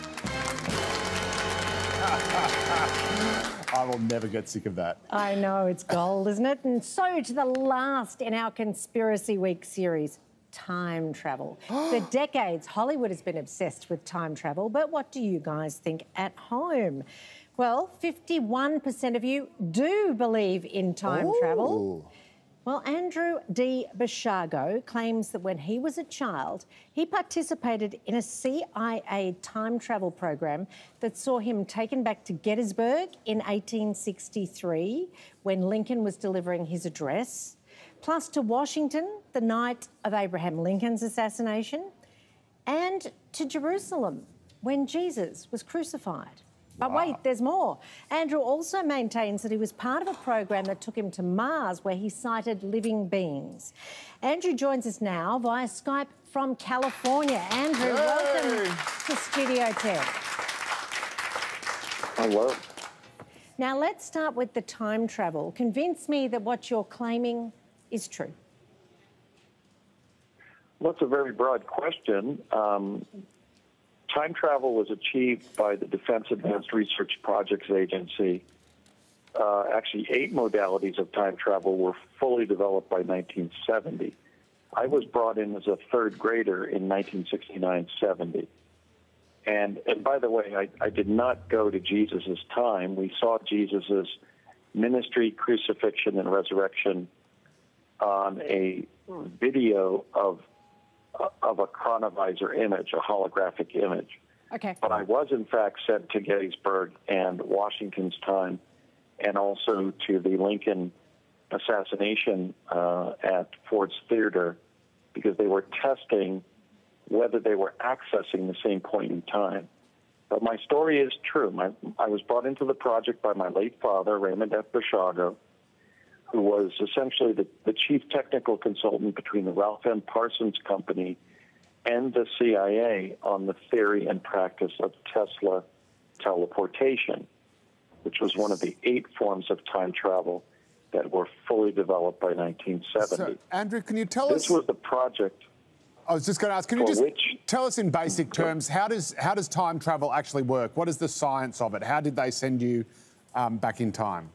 I will never get sick of that. I know, it's gold, isn't it? And so to the last in our Conspiracy Week series, time travel. For decades, Hollywood has been obsessed with time travel, but what do you guys think at home? Well, 51% of you do believe in time travel. Well, Andrew D. Bashago claims that when he was a child, he participated in a CIA time travel program that saw him taken back to Gettysburg in 1863 when Lincoln was delivering his address, plus to Washington the night of Abraham Lincoln's assassination, and to Jerusalem when Jesus was crucified. But wait, there's more. Andrew also maintains that he was part of a program that took him to Mars where he sighted living beings. Andrew joins us now via Skype from California. Andrew, welcome to Studio 10. Hello. Now, let's start with the time travel. Convince me that what you're claiming is true. Well, that's a very broad question. Time travel was achieved by the Defense Advanced Research Projects Agency. Actually, 8 modalities of time travel were fully developed by 1970. I was brought in as a third grader in 1969-70. And by the way, I did not go to Jesus' time. We saw Jesus' ministry, crucifixion, and resurrection on a video of a chronovisor image, a holographic image. Okay. But I was, in fact, sent to Gettysburg and Washington's time, and also to the Lincoln assassination at Ford's Theater, because they were testing whether they were accessing the same point in time. But my story is true. I was brought into the project by my late father, Raymond F. Bashago, who was essentially the chief technical consultant between the Ralph M. Parsons Company and the CIA on the theory and practice of Tesla teleportation, which was one of the 8 forms of time travel that were fully developed by 1970. So, Andrew, can you tell us... This was the project... I was just going to ask, can you just tell us in basic terms, how does time travel actually work? What is the science of it? How did they send you back in time?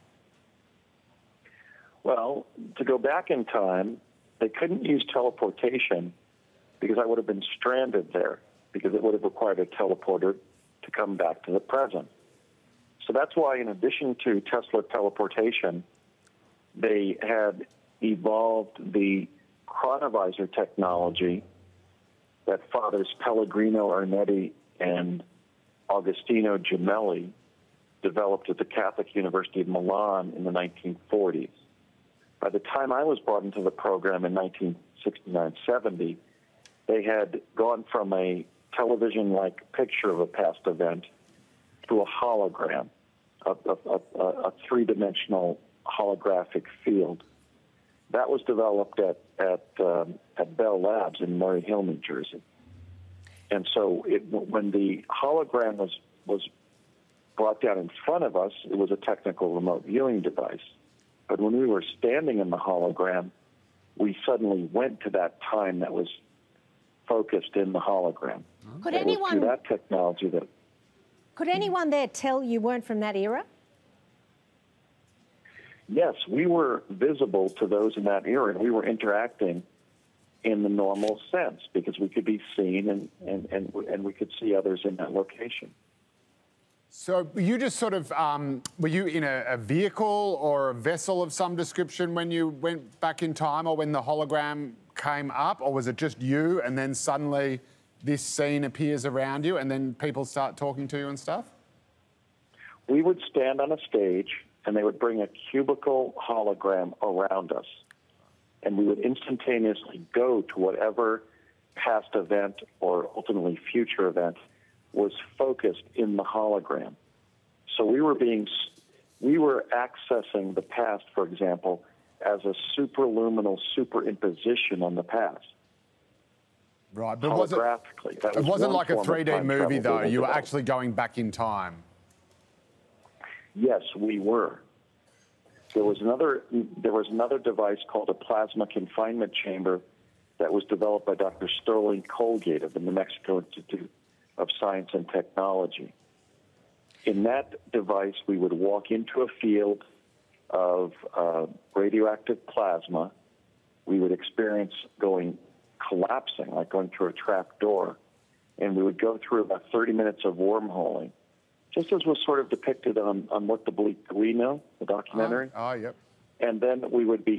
Well, to go back in time, they couldn't use teleportation because I would have been stranded there, because it would have required a teleporter to come back to the present. So that's why, in addition to Tesla teleportation, they had evolved the chronovisor technology that Fathers Pellegrino Ernetti and Agostino Gemelli developed at the Catholic University of Milan in the 1940s. By the time I was brought into the program in 1969-70, they had gone from a television-like picture of a past event to a hologram, a three-dimensional holographic field. That was developed at Bell Labs in Murray Hill, New Jersey. And so when the hologram was brought down in front of us, it was a technical remote viewing device. But when we were standing in the hologram, we suddenly went to that time that was focused in the hologram. Could it anyone... was through that technology that... Could anyone there tell you weren't from that era? Yes, we were visible to those in that era, and we were interacting in the normal sense because we could be seen and we could see others in that location. So you just sort of, were you in a vehicle or a vessel of some description when you went back in time or when the hologram came up, or was it just you and then suddenly this scene appears around you and then people start talking to you and stuff? We would stand on a stage and they would bring a cubicle hologram around us, and we would instantaneously go to whatever past event or ultimately future event was focused in the hologram. So we were accessing the past, for example, as a superluminal superimposition on the past. Right, but holographically. It wasn't like a 3D movie, though. You were actually going back in time. Yes, we were. There was another device called a plasma confinement chamber that was developed by Dr. Sterling Colgate of the New Mexico Institute of Science and Technology. In that device, we would walk into a field of radioactive plasma. We would experience collapsing, like going through a trap door, and we would go through about 30 minutes of wormholing, just as was sort of depicted on What the Bleak We Know, the documentary. Yep. And then we would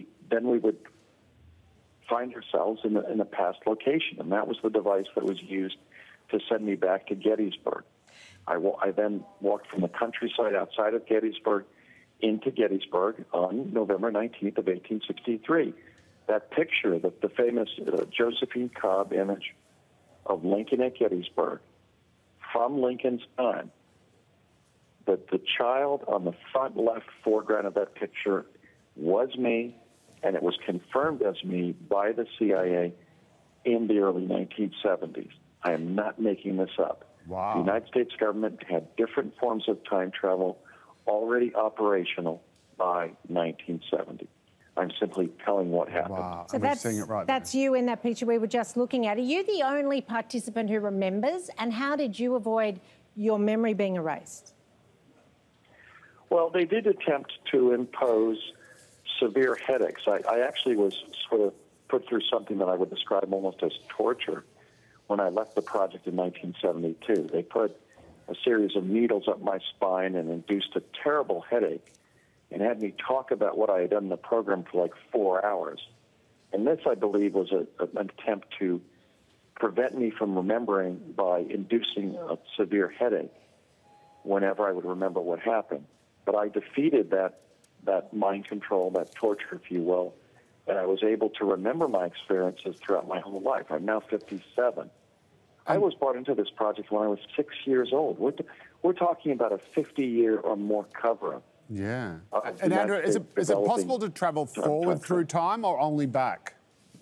find ourselves in a past location, and that was the device that was used to send me back to Gettysburg. I then walked from the countryside outside of Gettysburg into Gettysburg on November 19th of 1863. That picture, the famous Josephine Cobb image of Lincoln at Gettysburg from Lincoln's time, that the child on the front left foreground of that picture was me, and it was confirmed as me by the CIA in the early 1970s. I am not making this up. Wow. The United States government had different forms of time travel already operational by 1970. I'm simply telling what happened. Wow. So We're seeing it right there. that's you in that picture we were just looking at. Are you the only participant who remembers? And how did you avoid your memory being erased? Well, they did attempt to impose severe headaches. I actually was sort of put through something that I would describe almost as torture when I left the project in 1972. They put a series of needles up my spine and induced a terrible headache and had me talk about what I had done in the program for like 4 hours. And this, I believe, was an attempt to prevent me from remembering by inducing a severe headache whenever I would remember what happened. But I defeated that mind control, that torture, if you will, and I was able to remember my experiences throughout my whole life. I'm now 57. I was brought into this project when I was 6 years old. We're talking about a 50-year or more cover-up. Yeah. And Andrew, is it possible to travel forward through time or only back?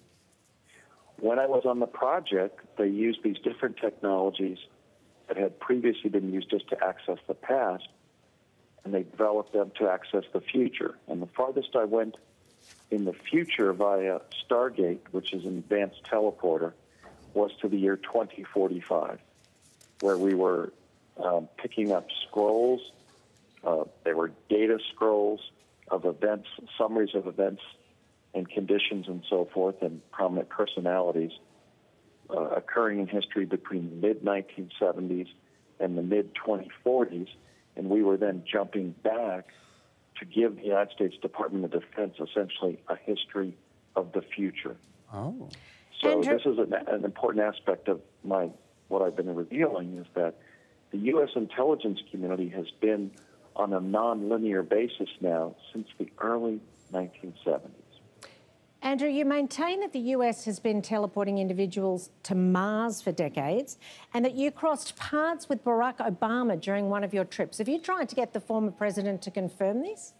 When I was on the project, they used these different technologies that had previously been used just to access the past, and they developed them to access the future. And the farthest I went in the future via Stargate, which is an advanced teleporter, was to the year 2045, where we were picking up scrolls. They were data scrolls of events, summaries of events and conditions and so forth, and prominent personalities occurring in history between the mid-1970s and the mid-2040s. And we were then jumping back to give the United States Department of Defense essentially a history of the future. Oh. So Andrew, this is an important aspect of what I've been revealing, is that the U.S. intelligence community has been on a non-linear basis now since the early 1970s. Andrew, you maintain that the US has been teleporting individuals to Mars for decades and that you crossed paths with Barack Obama during one of your trips. Have you tried to get the former president to confirm this?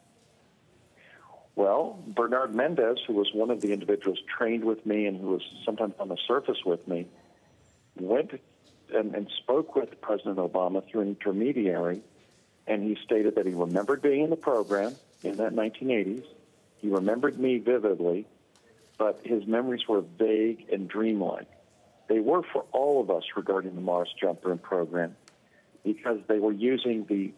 Well, Bernard Mendez, who was one of the individuals trained with me and who was sometimes on the surface with me, went and spoke with President Obama through an intermediary, and he stated that he remembered being in the program in the 1980s. He remembered me vividly, but his memories were vague and dreamlike. They were for all of us regarding the Mars Jumper program, because they were using the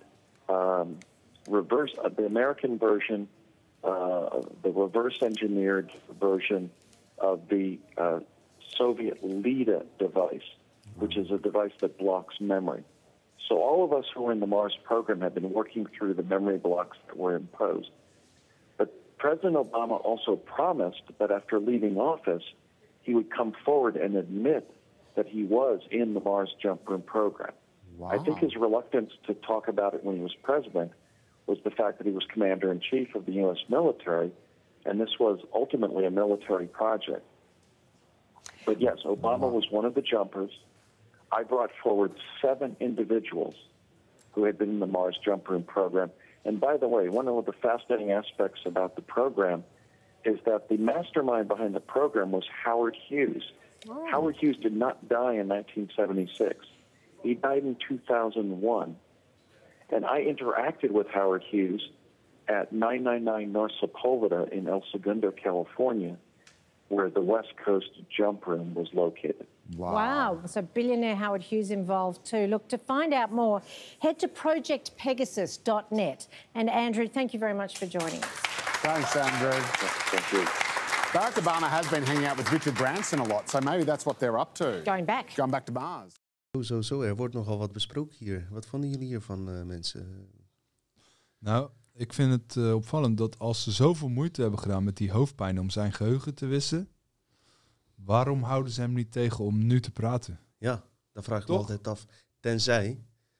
the American version, the reverse-engineered version of the Soviet LIDA device, which is a device that blocks memory. So all of us who were in the Mars program have been working through the memory blocks that were imposed. President Obama also promised that after leaving office, he would come forward and admit that he was in the Mars Jump Room program. Wow. I think his reluctance to talk about it when he was president was the fact that he was commander-in-chief of the U.S. military, and this was ultimately a military project. But yes, Obama was one of the jumpers. I brought forward 7 individuals who had been in the Mars Jump Room program. And by the way, one of the fascinating aspects about the program is that the mastermind behind the program was Howard Hughes. Oh. Howard Hughes did not die in 1976. He died in 2001. And I interacted with Howard Hughes at 999 North Sepulveda in El Segundo, California, where the West Coast Jump Room was located. Wow. So billionaire Howard Hughes involved too. Look, to find out more, head to projectpegasus.net. And Andrew, thank you very much for joining us. Thanks, Andrew. Thank you. Barack Obama has been hanging out with Richard Branson a lot, so maybe that's what they're up to. Going back. Going back to Mars. Zo, er wordt nogal wat besproken hier. Wat vonden jullie hiervan, mensen? Nou, ik vind het opvallend dat als ze zoveel moeite hebben gedaan met die hoofdpijn om zijn geheugen te wissen, waarom houden ze hem niet tegen om nu te praten? Ja, dat vraag ik me altijd af. Tenzij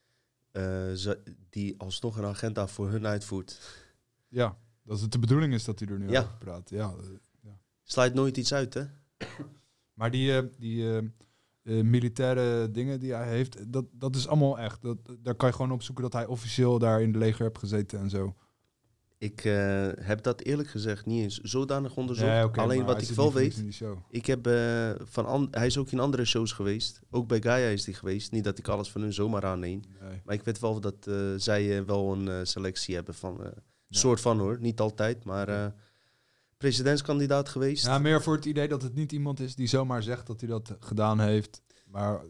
die alsnog een agenda voor hun uitvoert. Ja, dat het de bedoeling is dat hij er nu over praat. Ja, Sluit nooit iets uit, hè? Maar die militaire dingen die hij heeft, dat is allemaal echt. Daar kan je gewoon opzoeken dat hij officieel daar in de leger heeft gezeten en zo. Ik heb dat eerlijk gezegd niet eens zodanig onderzocht. Nee, okay, alleen wat ik wel weet, ik heb hij is ook in andere shows geweest. Ook bij Gaia is hij geweest. Niet dat ik alles van hun zomaar aanneem. Nee. Maar ik weet wel dat zij wel een selectie hebben van soort van hoor. Niet altijd, maar presidentskandidaat geweest. Ja, meer voor het idee dat het niet iemand is die zomaar zegt dat hij dat gedaan heeft. Maar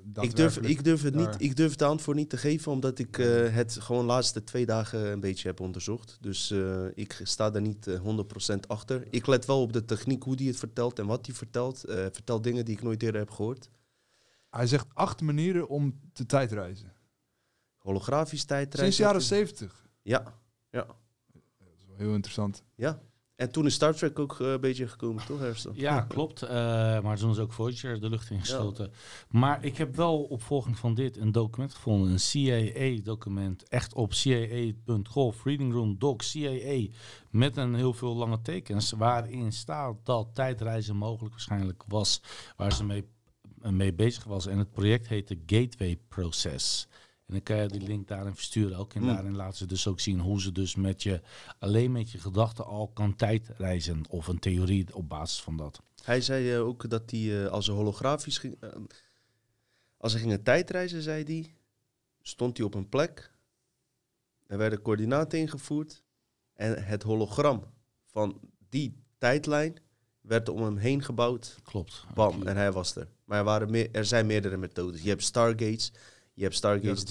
ik durf de antwoord niet te geven, omdat ik het gewoon de laatste 2 dagen een beetje heb onderzocht. Dus ik sta daar niet 100% achter. Ik let wel op de techniek, hoe hij het vertelt en wat hij vertelt. Vertelt dingen die ik nooit eerder heb gehoord. Hij zegt 8 manieren om te tijdreizen. Holografisch tijdreizen. Sinds jaren 70. Ja. Dat is wel heel interessant. Ja. En toen is Star Trek ook een beetje gekomen, toch, Herstel? Ja, klopt. Maar toen is ook Voyager de lucht ingeschoten. Ja. Maar ik heb wel opvolging van dit een document gevonden. Een CIA-document. Echt op CIA.gov, Reading Room Doc, CIA. Met een heel veel lange tekens. Waarin staat dat tijdreizen mogelijk waarschijnlijk was. Waar ze mee bezig was. En het project heet de Gateway Process. En dan kan je die link daarin versturen ook. En daarin laten ze dus ook zien hoe ze dus alleen met je gedachten al kan tijdreizen. Of een theorie op basis van dat. Hij zei ook dat hij als ze holografisch ging... als ze gingen tijdreizen, zei hij, stond hij op een plek. Er werden coördinaten ingevoerd. En het hologram van die tijdlijn werd om hem heen gebouwd. Klopt. Bam, en hij was er. Maar er zijn meerdere methodes. Je hebt Stargates... Je hebt Stargates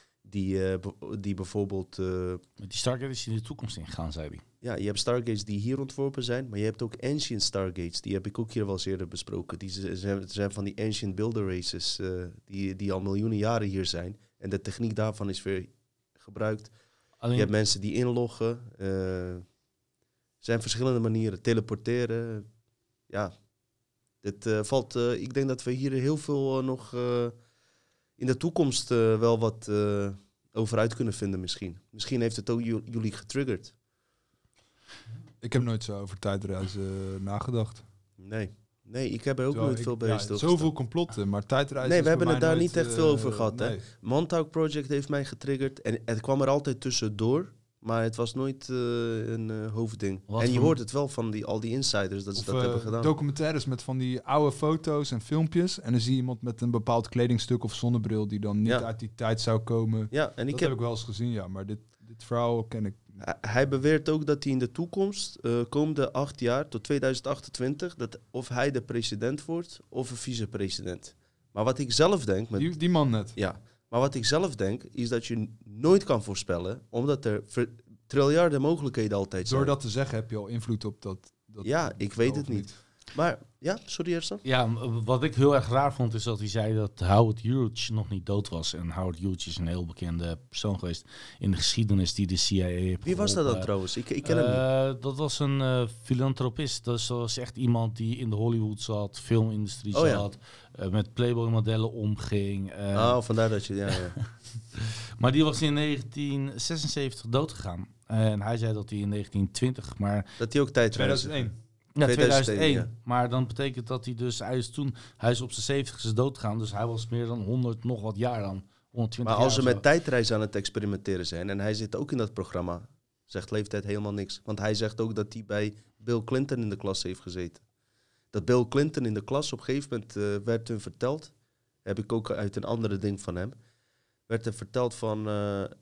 die bijvoorbeeld... Met die Stargates is in de toekomst ingegaan, zei hij. Ja, je hebt Stargates die hier ontworpen zijn, maar je hebt ook Ancient Stargates. Die heb ik ook hier wel eens eerder besproken. Die zijn van die Ancient Builder Races die al miljoenen jaren hier zijn. En de techniek daarvan is weer gebruikt. Je hebt mensen die inloggen. Er zijn verschillende manieren. Teleporteren. Ja, ik denk dat we hier heel veel nog... in de toekomst wel wat over uit kunnen vinden misschien. Misschien heeft het ook jullie getriggerd. Ik heb nooit zo over tijdreizen nagedacht. Nee, ik heb er ook nooit veel bij stilgestaan. Zoveel complotten, maar tijdreizen... Nee, we hebben het daar niet echt veel over gehad. Nee. Hè? Montauk Project heeft mij getriggerd. En het kwam er altijd tussendoor. Maar het was nooit een hoofdding. En je hoort het wel van al die insiders dat ze dat hebben gedaan. Documentaires met van die oude foto's en filmpjes. En dan zie je iemand met een bepaald kledingstuk of zonnebril die dan niet uit die tijd zou komen. Ja, en dat heb ik wel eens gezien, ja. Maar dit verhaal ken ik. Hij beweert ook dat hij in de toekomst, komende 8 jaar tot 2028, dat of hij de president wordt of een vicepresident. Maar wat ik zelf denk... Die man net. Ja. Maar wat ik zelf denk, is dat je nooit kan voorspellen, omdat er triljarden mogelijkheden altijd zijn. Door dat te zeggen heb je al invloed op dat ja, ik weet het niet. Maar, ja, sorry Ersan. Ja, wat ik heel erg raar vond, is dat hij zei dat Howard Hughes nog niet dood was. En Howard Hughes is een heel bekende persoon geweest in de geschiedenis die de CIA heeft. Wie was dat dan trouwens? Ik ken hem niet. Dat was een filantropist. Dat was echt iemand die in de Hollywood zat, filmindustrie zat, met Playboy-modellen omging. Vandaar dat je... Ja. Maar die was in 1976 doodgegaan. En hij zei dat hij in 1920, maar... Dat hij ook tijd 2001. Ja, 2001. Ja. Maar dan betekent dat hij is op zijn 70ste doodgegaan. Dus hij was meer dan 100 nog wat jaar dan. 120 maar als ze met tijdreizen aan het experimenteren zijn... en hij zit ook in dat programma... zegt leeftijd helemaal niks. Want hij zegt ook dat hij bij Bill Clinton in de klas heeft gezeten. Dat Bill Clinton in de klas op een gegeven moment werd hem verteld... heb ik ook uit een andere ding van hem... werd er verteld van...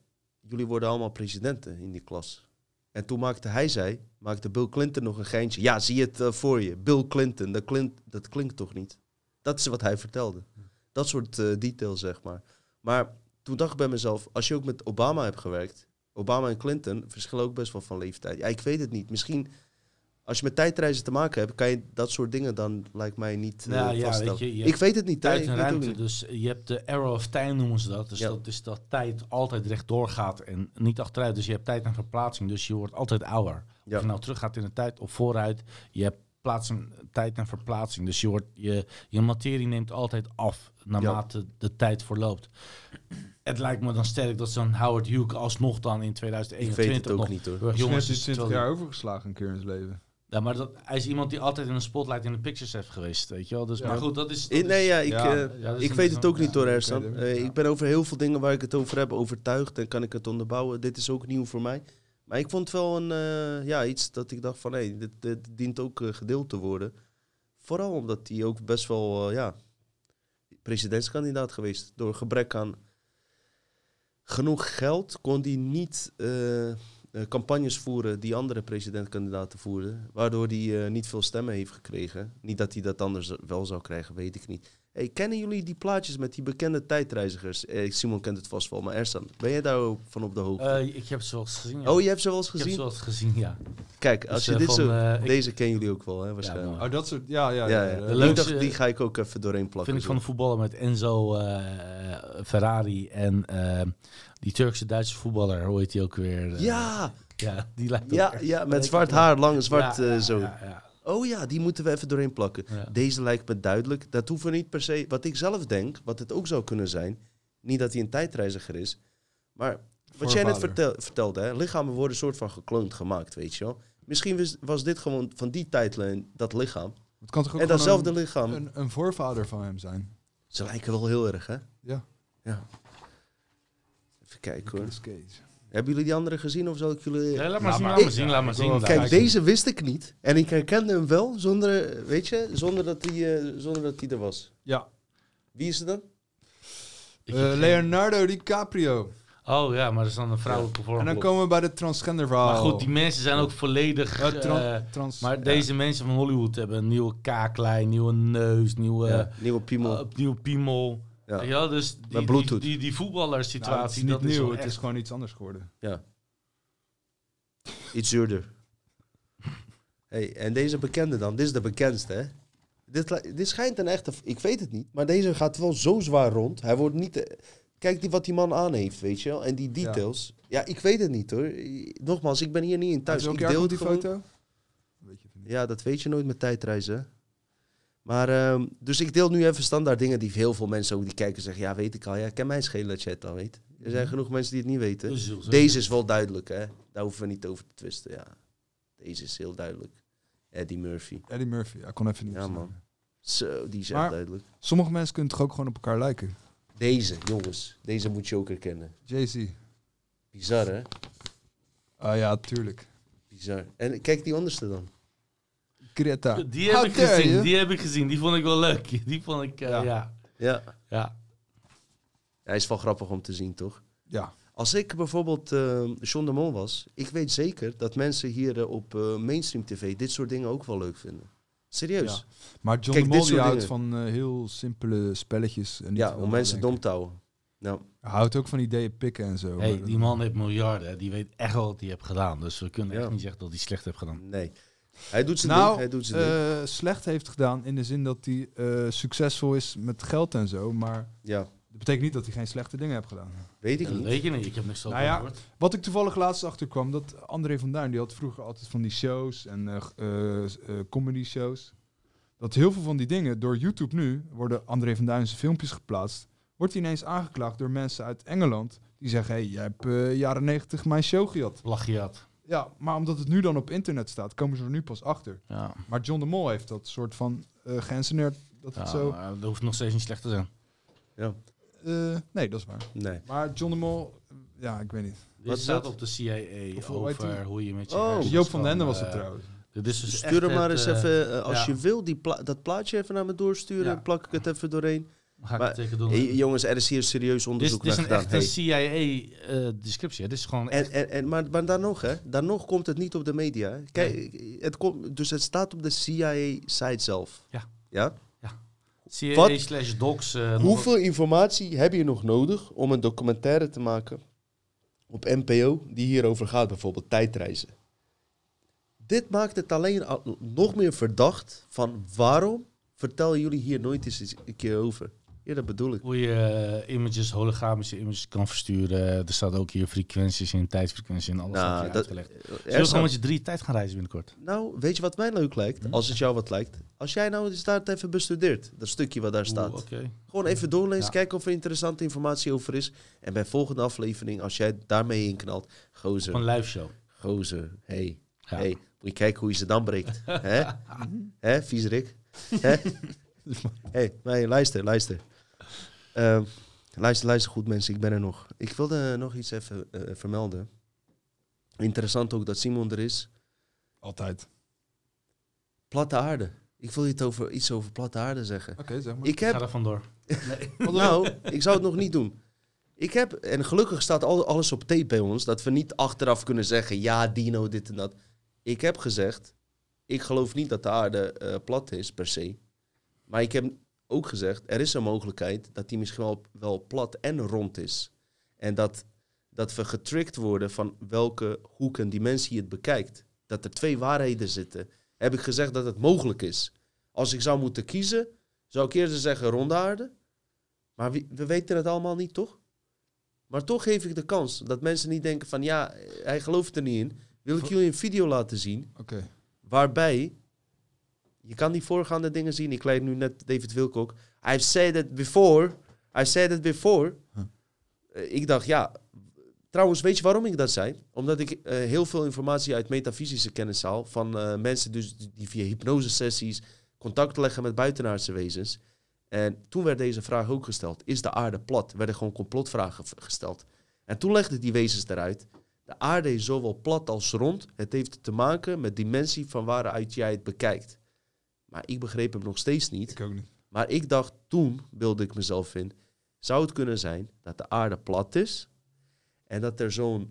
jullie worden allemaal presidenten in die klas. En toen maakte Bill Clinton nog een geintje. Ja, zie je het voor je. Bill Clinton, dat klinkt toch niet? Dat is wat hij vertelde. Dat soort details, zeg maar. Maar toen dacht ik bij mezelf, als je ook met Obama hebt gewerkt... Obama en Clinton verschillen ook best wel van leeftijd. Ja, ik weet het niet. Misschien, als je met tijdreizen te maken hebt... kan je dat soort dingen dan, lijkt mij, niet vaststellen. Weet je, ik weet het niet. Tijd ik en weet ruimte. niet. Dus je hebt de arrow of time, noemen ze dat. Dus dat is dat tijd altijd rechtdoor gaat en niet achteruit. Dus je hebt tijd en verplaatsing. Dus je wordt altijd ouder. Ja. Of je nou terug gaat in de tijd of vooruit. Je hebt tijd en verplaatsing. Dus je materie neemt altijd af naarmate de tijd verloopt. Het lijkt me dan sterk dat zo'n Howard Hughes alsnog dan in 2021 Ik weet het ook nog... niet, hoor. Misschien Jongens, heeft hij 20 jaar overgeslagen een keer in zijn leven. Ja, maar hij is iemand die altijd in een spotlight in de pictures heeft geweest, weet je wel. Dus, maar goed, dat is... Ik weet het ook niet hoor, ik Ersan. weet het ook. Ik ben over heel veel dingen waar ik het over heb overtuigd en kan ik het onderbouwen. Dit is ook nieuw voor mij. Maar ik vond het wel iets dat ik dacht van, dit dient ook gedeeld te worden. Vooral omdat hij ook best wel, presidentskandidaat geweest. Door gebrek aan genoeg geld kon hij niet campagnes voeren die andere presidentkandidaten voerden. Waardoor hij niet veel stemmen heeft gekregen. Niet dat hij dat anders wel zou krijgen, weet ik niet. Hey, kennen jullie die plaatjes met die bekende tijdreizigers? Simon kent het vast wel, maar Ersan, ben je daar ook van op de hoogte? Ik heb ze wel eens gezien, ja. Oh, je hebt ze wel eens Ik heb gezien? ze wel eens gezien, ja. Kijk, als Dus, je dit van, deze kennen jullie ook wel, hè, waarschijnlijk. Oh, dat soort... Ja. De Ik leukste- dacht, die ga ik ook even doorheen plakken. Vind ik van de voetballer met Enzo Ferrari en die Turkse-Duitse voetballer, hoe heet die ook weer? Ja, Die lijkt ook echt- ja, met zwart haar, lang zwart zo. Ja. Oh ja, die moeten we even doorheen plakken. Ja. Deze lijkt me duidelijk. Dat hoeven we niet per se... Wat ik zelf denk, wat het ook zou kunnen zijn... Niet dat hij een tijdreiziger is. Maar wat jij net vertelde, hè, lichamen worden een soort van gekloond gemaakt, weet je wel. Misschien was dit gewoon van die tijdlijn dat lichaam. Het kan toch ook En gewoon datzelfde lichaam. een voorvader van hem zijn? Ze lijken wel heel erg, hè? Ja. Even kijken hoor. Nicolas Cage. Hebben jullie die andere gezien of zal ik jullie... Nee, laat maar zien. Kijk, deze wist ik niet. En ik herkende hem wel zonder, zonder dat hij er was. Ja. Wie is het dan? Leonardo DiCaprio. Oh ja, maar dat is dan een vrouwelijke vorm. En dan komen we bij de transgender verhaal. Maar goed, die mensen zijn ook volledig... maar deze mensen van Hollywood hebben een nieuwe kaaklijn, nieuwe neus, nieuwe Piemel. Ja. Ja, dus die voetballersituatie, dat is niet nieuw, het is gewoon iets anders geworden. Ja. Iets zuurder. Hey, en deze bekende dan, dit is de bekendste, hè? Dit schijnt een echte... Ik weet het niet, maar deze gaat wel zo zwaar rond. Hij wordt niet... Kijk wat die man aan heeft, weet je wel. En die details. Ja, ik weet het niet, hoor. Nogmaals, ik ben hier niet in thuis. Ik deel die gewoon... foto? Ja, dat weet je nooit met tijdreizen. Maar, dus ik deel nu even standaard dingen die heel veel mensen ook die kijken zeggen... Ja, weet ik al. Ja, ken mij schelen dat je het al weet. Er zijn genoeg mensen die het niet weten. Deze is wel duidelijk, hè. Daar hoeven we niet over te twisten, ja. Deze is heel duidelijk. Eddie Murphy. Eddie Murphy, ja, kon even niet Ja, man. Zo, die is echt duidelijk. Sommige mensen kunnen toch ook gewoon op elkaar lijken? Deze, jongens. Deze moet je ook herkennen. Jay-Z. Bizar, hè? Ah ja, tuurlijk. Bizar. En kijk die onderste dan. Greta. Die heb ik gezien. Die vond ik wel leuk. Die vond ik, Ja. Hij is wel grappig om te zien, toch? Ja. Als ik bijvoorbeeld John de Mol was, ik weet zeker dat mensen hier op mainstream tv dit soort dingen ook wel leuk vinden. Serieus. Ja. Maar John de Mol die houdt van heel simpele spelletjes. En niet om mensen dom te houden. Nou. Hij houdt ook van ideeën pikken en zo. Hey, die man heeft miljarden. Die weet echt wel wat hij heeft gedaan. Dus we kunnen echt niet zeggen dat hij slecht heeft gedaan. Nee. Hij doet zijn ding. Slecht heeft gedaan in de zin dat hij succesvol is met geld en zo. Maar dat betekent niet dat hij geen slechte dingen heeft gedaan. Weet ik niet. Weet je niet. Ik heb niks over gehoord. Wat ik toevallig laatst achterkwam, dat André van Duin, die had vroeger altijd van die shows en comedy shows. Dat heel veel van die dingen door YouTube nu worden André van Duin's filmpjes geplaatst. Wordt hij ineens aangeklaagd door mensen uit Engeland. Die zeggen, hey, jij hebt jaren 90 mijn show gehad. Plagiaat. Ja, maar omdat het nu dan op internet staat, komen ze er nu pas achter. Ja. Maar John de Mol heeft dat soort van geïnsceneerd. Dat het zo... Dat hoeft nog steeds niet slecht te zijn. Ja. Nee, dat is waar. Nee. Maar John de Mol, ja, ik weet niet. Dit staat op de CIA over hoe je met je... Joop van den Ende was het trouwens. Dit is dus stuur hem maar eens even, als je wil, dat plaatje even naar me doorsturen. Ja. Dan plak ik het even doorheen. Ga ik Maar, het zeker doen. hey, jongens, er is hier serieus onderzoek Dit is naar een gedaan. echte CIA-descriptie. Dit is gewoon echt... Maar dan nog, hè? Dan nog komt het niet op de media. Hè. Kijk, dus het staat op de CIA-site zelf. Ja. Ja? CIA/docs. Hoeveel informatie heb je nog nodig om een documentaire te maken op NPO die hierover gaat, bijvoorbeeld tijdreizen? Dit maakt het alleen nog meer verdacht van waarom vertellen jullie hier nooit eens een keer over? Ja, dat bedoel ik. Hoe je images, hologramische images kan versturen. Er staat ook hier frequenties in, tijdsfrequenties in, alles staat hier uitgelegd. Zullen we gewoon met je 3 tijd gaan reizen binnenkort? Nou, weet je wat mij leuk lijkt? Als het jou wat lijkt. Als jij nou eens daar even bestudeert, dat stukje wat daar staat. Okay. Gewoon even doorlezen, Ja. kijken of er interessante informatie over is. En bij volgende aflevering, als jij daarmee inknalt, gozer, Een live show. gozer, hey, Ja. hey, moet je kijken hoe je ze dan breekt. Hè? Hè, viezerik? Hè? Hey, luister. Luister goed, mensen, ik ben er nog. Ik wilde nog iets even vermelden. Interessant ook dat Simon er is. Altijd. Platte aarde. Ik wil iets over platte aarde zeggen. Oké, zeg maar. Ik Ga heb... er vandoor. Nou, ik zou het nog niet doen. Ik heb, en gelukkig staat alles op tape bij ons, dat we niet achteraf kunnen zeggen, ja, Dino, dit en dat. Ik heb gezegd, ik geloof niet dat de aarde plat is, per se. Maar ik heb ook gezegd, er is een mogelijkheid dat die misschien wel plat en rond is. En dat we getriggerd worden van welke hoek en dimensie je het bekijkt. Dat er 2 waarheden zitten. Heb ik gezegd dat het mogelijk is. Als ik zou moeten kiezen, zou ik eerder zeggen ronde aarde. Maar we weten het allemaal niet, toch? Maar toch geef ik de kans dat mensen niet denken van, ja, hij gelooft er niet in. Wil ik jullie een video laten zien, Oké. waarbij, je kan die voorgaande dingen zien. Ik leid nu net David Wilcock. I've said it before. Ik dacht, ja, trouwens, weet je waarom ik dat zei? Omdat ik heel veel informatie uit metafysische kennis haal van mensen dus die via hypnosesessies contact leggen met buitenaardse wezens. En toen werd deze vraag ook gesteld. Is de aarde plat? Er werden gewoon complotvragen gesteld. En toen legden die wezens eruit. De aarde is zowel plat als rond. Het heeft te maken met dimensie van waaruit jij het bekijkt. Maar ik begreep hem nog steeds niet. Ik ook niet. Maar ik dacht, toen beelde ik mezelf in. Zou het kunnen zijn dat de aarde plat is? En dat er zo'n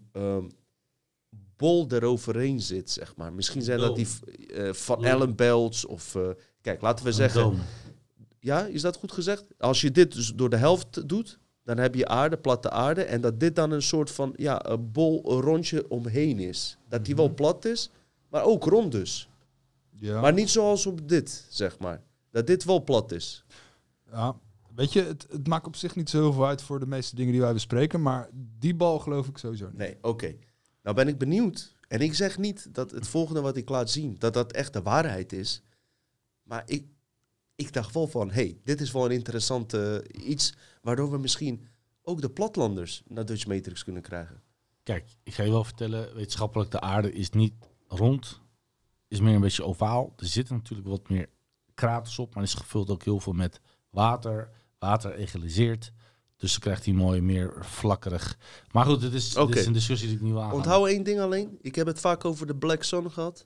bol eroverheen zit, zeg maar. Misschien zijn dat die Van Allen belts of... kijk, laten we zeggen... Dome. Ja, is dat goed gezegd? Als je dit dus door de helft doet, dan heb je aarde, platte aarde. En dat dit dan een soort van, ja, een bol, een rondje omheen is. Dat die wel plat is, maar ook rond dus. Ja. Maar niet zoals op dit, zeg maar. Dat dit wel plat is. Ja. Weet je, het maakt op zich niet zo heel veel uit voor de meeste dingen die wij bespreken. Maar die bal geloof ik sowieso niet. Nee, oké. Nou ben ik benieuwd. En ik zeg niet dat het volgende wat ik laat zien, dat echt de waarheid is. Maar ik dacht wel van, hey, dit is wel een interessant iets, waardoor we misschien ook de platlanders naar Dutch Matrix kunnen krijgen. Kijk, ik ga je wel vertellen, wetenschappelijk, de aarde is niet rond. Is meer een beetje ovaal. Er zitten natuurlijk wat meer kraters op, maar is gevuld ook heel veel met water. Water egaliseert. Dus dan krijgt hij mooi meer vlakkerig. Maar goed, dit is een discussie die ik niet wil aangaan. Onthoud 1 ding alleen. Ik heb het vaak over de Black Sun gehad.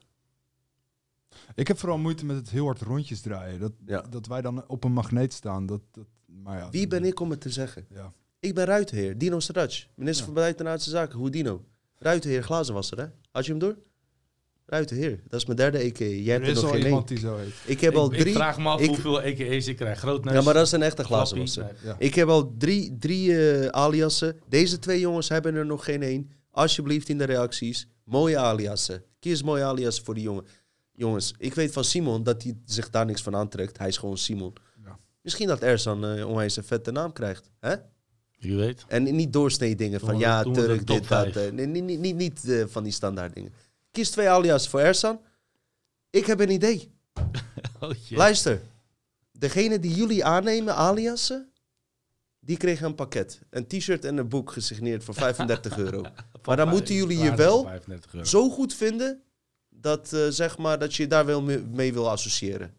Ik heb vooral moeite met het heel hard rondjes draaien. Dat wij dan op een magneet staan. Maar ja, Wie ben ik om het te zeggen? Ja. Ik ben Ruitenheer, Dino Strach, minister van Buitenaardse Zaken. Hoe Dino? Ruitenheer, glazenwasser, hè? Had je hem door? Ruitenheer, dat is mijn derde EK. Jij hebt Er is nog al geen iemand één. die zo heet. Ik heb al 3. Ik vraag me af hoeveel EKE's ik krijg. Grootneus. Ja, maar dat is een echte Flappy. glazenwasser. Ja. Ik heb al drie aliasen. Deze 2 jongens hebben er nog geen 1. Alsjeblieft in de reacties. Mooie aliasen. Kies mooie aliasen voor die jongen. Jongens, ik weet van Simon dat hij zich daar niks van aantrekt. Hij is gewoon Simon. Ja. Misschien dat Ersan onwijs een vette naam krijgt. Hè? Wie weet. En niet doorsnee dingen van Doen we ja, de Turk, top dit, dat. 5. Niet van die standaard dingen. Kies 2 aliasen voor Ersan. Ik heb een idee. Oh, jee. Luister. Degene die jullie aannemen, aliasen, die kregen een pakket. Een t-shirt en een boek gesigneerd voor €35. Maar dan moeten jullie je wel zo goed vinden dat, zeg maar, dat je daar wel mee wil associëren.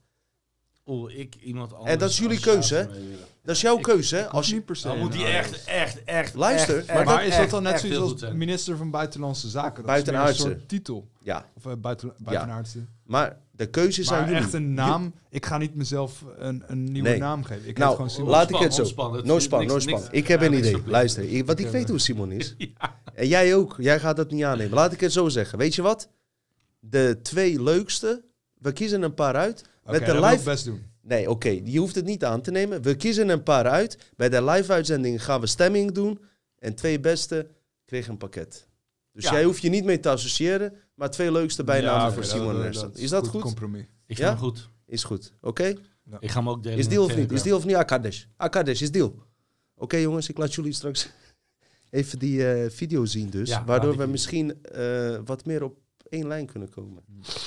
Iemand anders. En dat is jullie keuze, hè? Dat is jouw keuze, hè? Als je, Niet per se. Dan moet die echt... Luister, echt, maar Maar is dat dan echt net heel zoiets goed als zijn. minister van Buitenlandse Zaken? Dat Buitenaardse. is meer een soort titel. ja, Of buitenaardse. maar De keuze is aan Maar jullie. echt een naam. Ik ga niet mezelf een nieuwe Nee. naam geven. Ik Nou, heet gewoon Simon. laat ik het zo. Ontspannen. No span. Niks- Ik heb een niks idee. verplicht. Luister, ik weet hoe Simon is. En jij ook. Jij gaat dat niet aannemen. Laat ik het zo zeggen. Weet je wat? De 2 leukste. We kiezen een paar uit. Oké, Met de dat wil ik live... best doen. Nee, oké. Je hoeft het niet aan te nemen. We kiezen een paar uit. Bij de live-uitzending gaan we stemming doen. En 2 beste kregen een pakket. Dus Ja. jij hoeft je niet mee te associëren. Maar 2 leukste bijnamen oké, voor Simon en Ersan. Is dat goed? Compromis. Ik vind Ja? hem goed. Is goed. Oké? Ik ga hem ook delen. Is in deal de of niet? Telegram. Is deal of niet? Akadesh. Akadesh, is deal. Oké, jongens, ik laat jullie straks even die video zien dus. Ja, laat waardoor die we video. misschien wat meer op 1 lijn kunnen komen.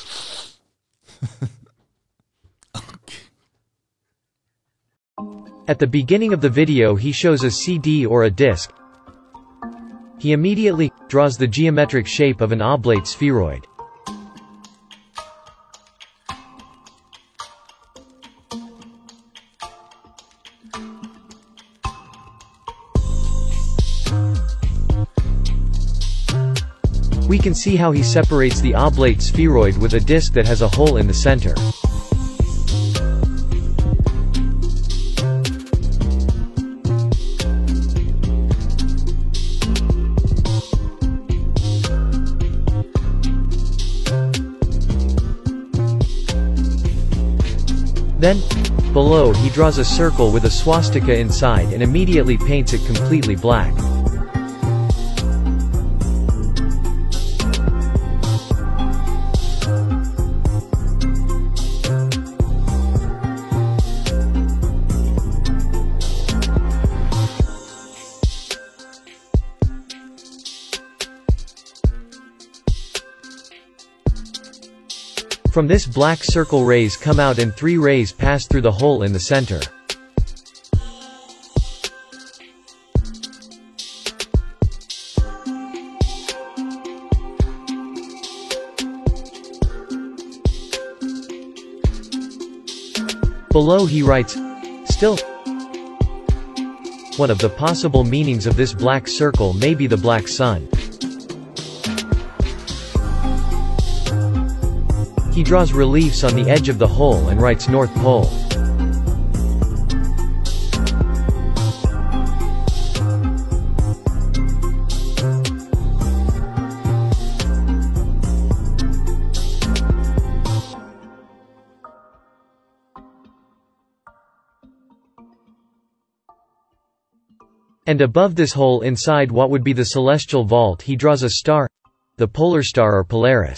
At the beginning of the video he shows a CD or a disc. He immediately draws the geometric shape of an oblate spheroid. We can see how he separates the oblate spheroid with a disc that has a hole in the center. Then, below he draws a circle with a swastika inside and immediately paints it completely black. From this black circle rays come out and 3 rays pass through the hole in the center. Below he writes, still. One of the possible meanings of this black circle may be the black sun. He draws reliefs on the edge of the hole and writes North Pole. And above this hole inside what would be the celestial vault he draws a star, the polar star or Polaris.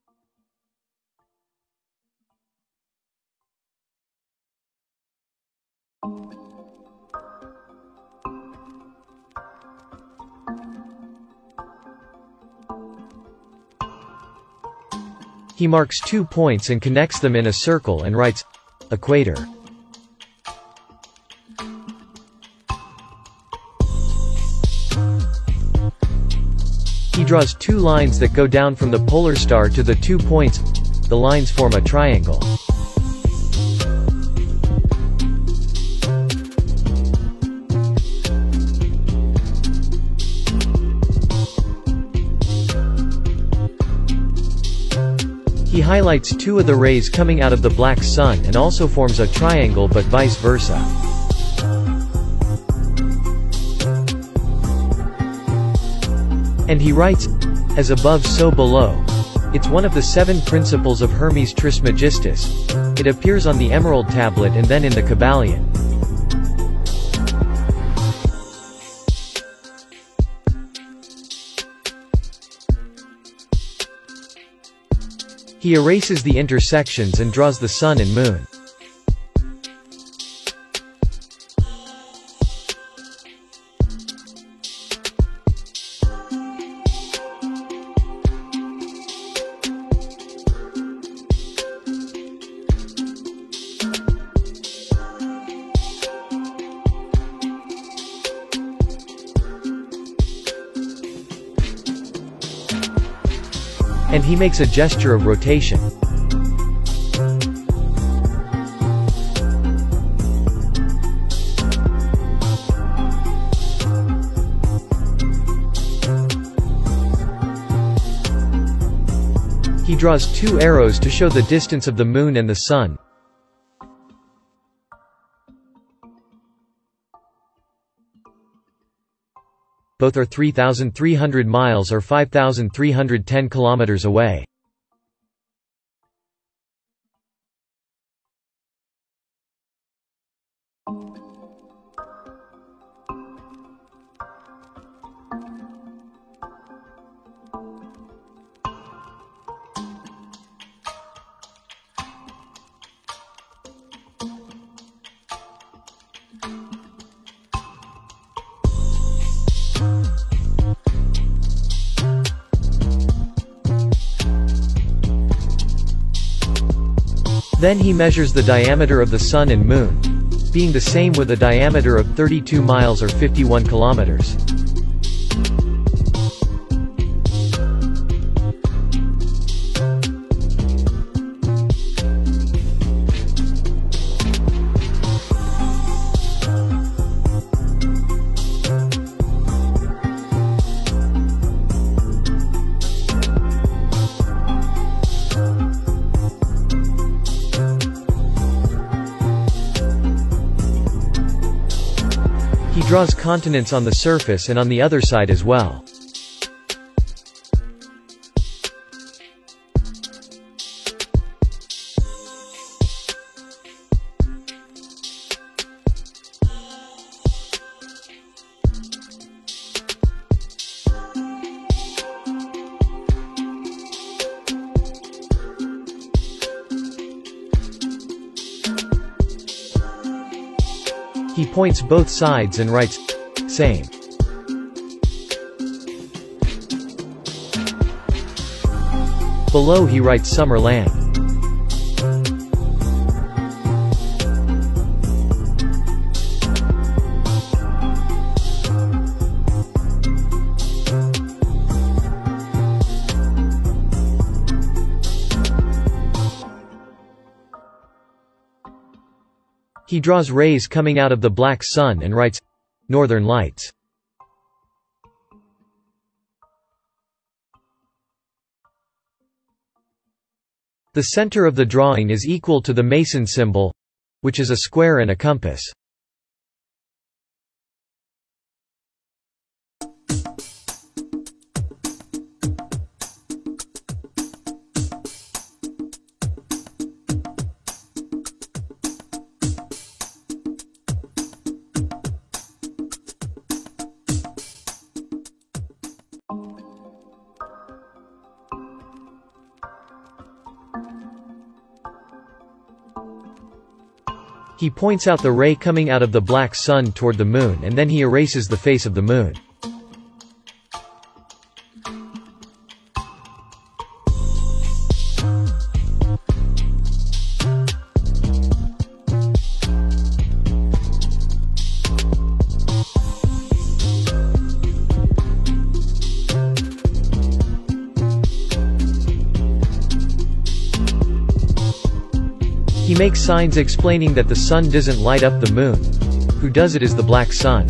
He marks 2 points and connects them in a circle and writes, equator. He draws 2 lines that go down from the polar star to the 2 points. The lines form a triangle. He highlights 2 of the rays coming out of the black sun and also forms a triangle but vice versa. And he writes, as above so below. It's one of the 7 principles of Hermes Trismegistus. It appears on the Emerald Tablet and then in the Kabbalion. He erases the intersections and draws the sun and moon. And he makes a gesture of rotation. He draws 2 arrows to show the distance of the moon and the sun. Both are 3,300 miles or 5,310 kilometers away. Then he measures the diameter of the sun and moon, being the same with a diameter of 32 miles or 51 kilometers. He draws continents on the surface and on the other side as well. He points both sides and writes, same. Below he writes Summerland. He draws rays coming out of the black sun and writes, Northern Lights. The center of the drawing is equal to the Mason symbol, which is a square and a compass. He points out the ray coming out of the black sun toward the moon and then he erases the face of the moon. He makes signs explaining that the sun doesn't light up the moon. Who does it is the black sun.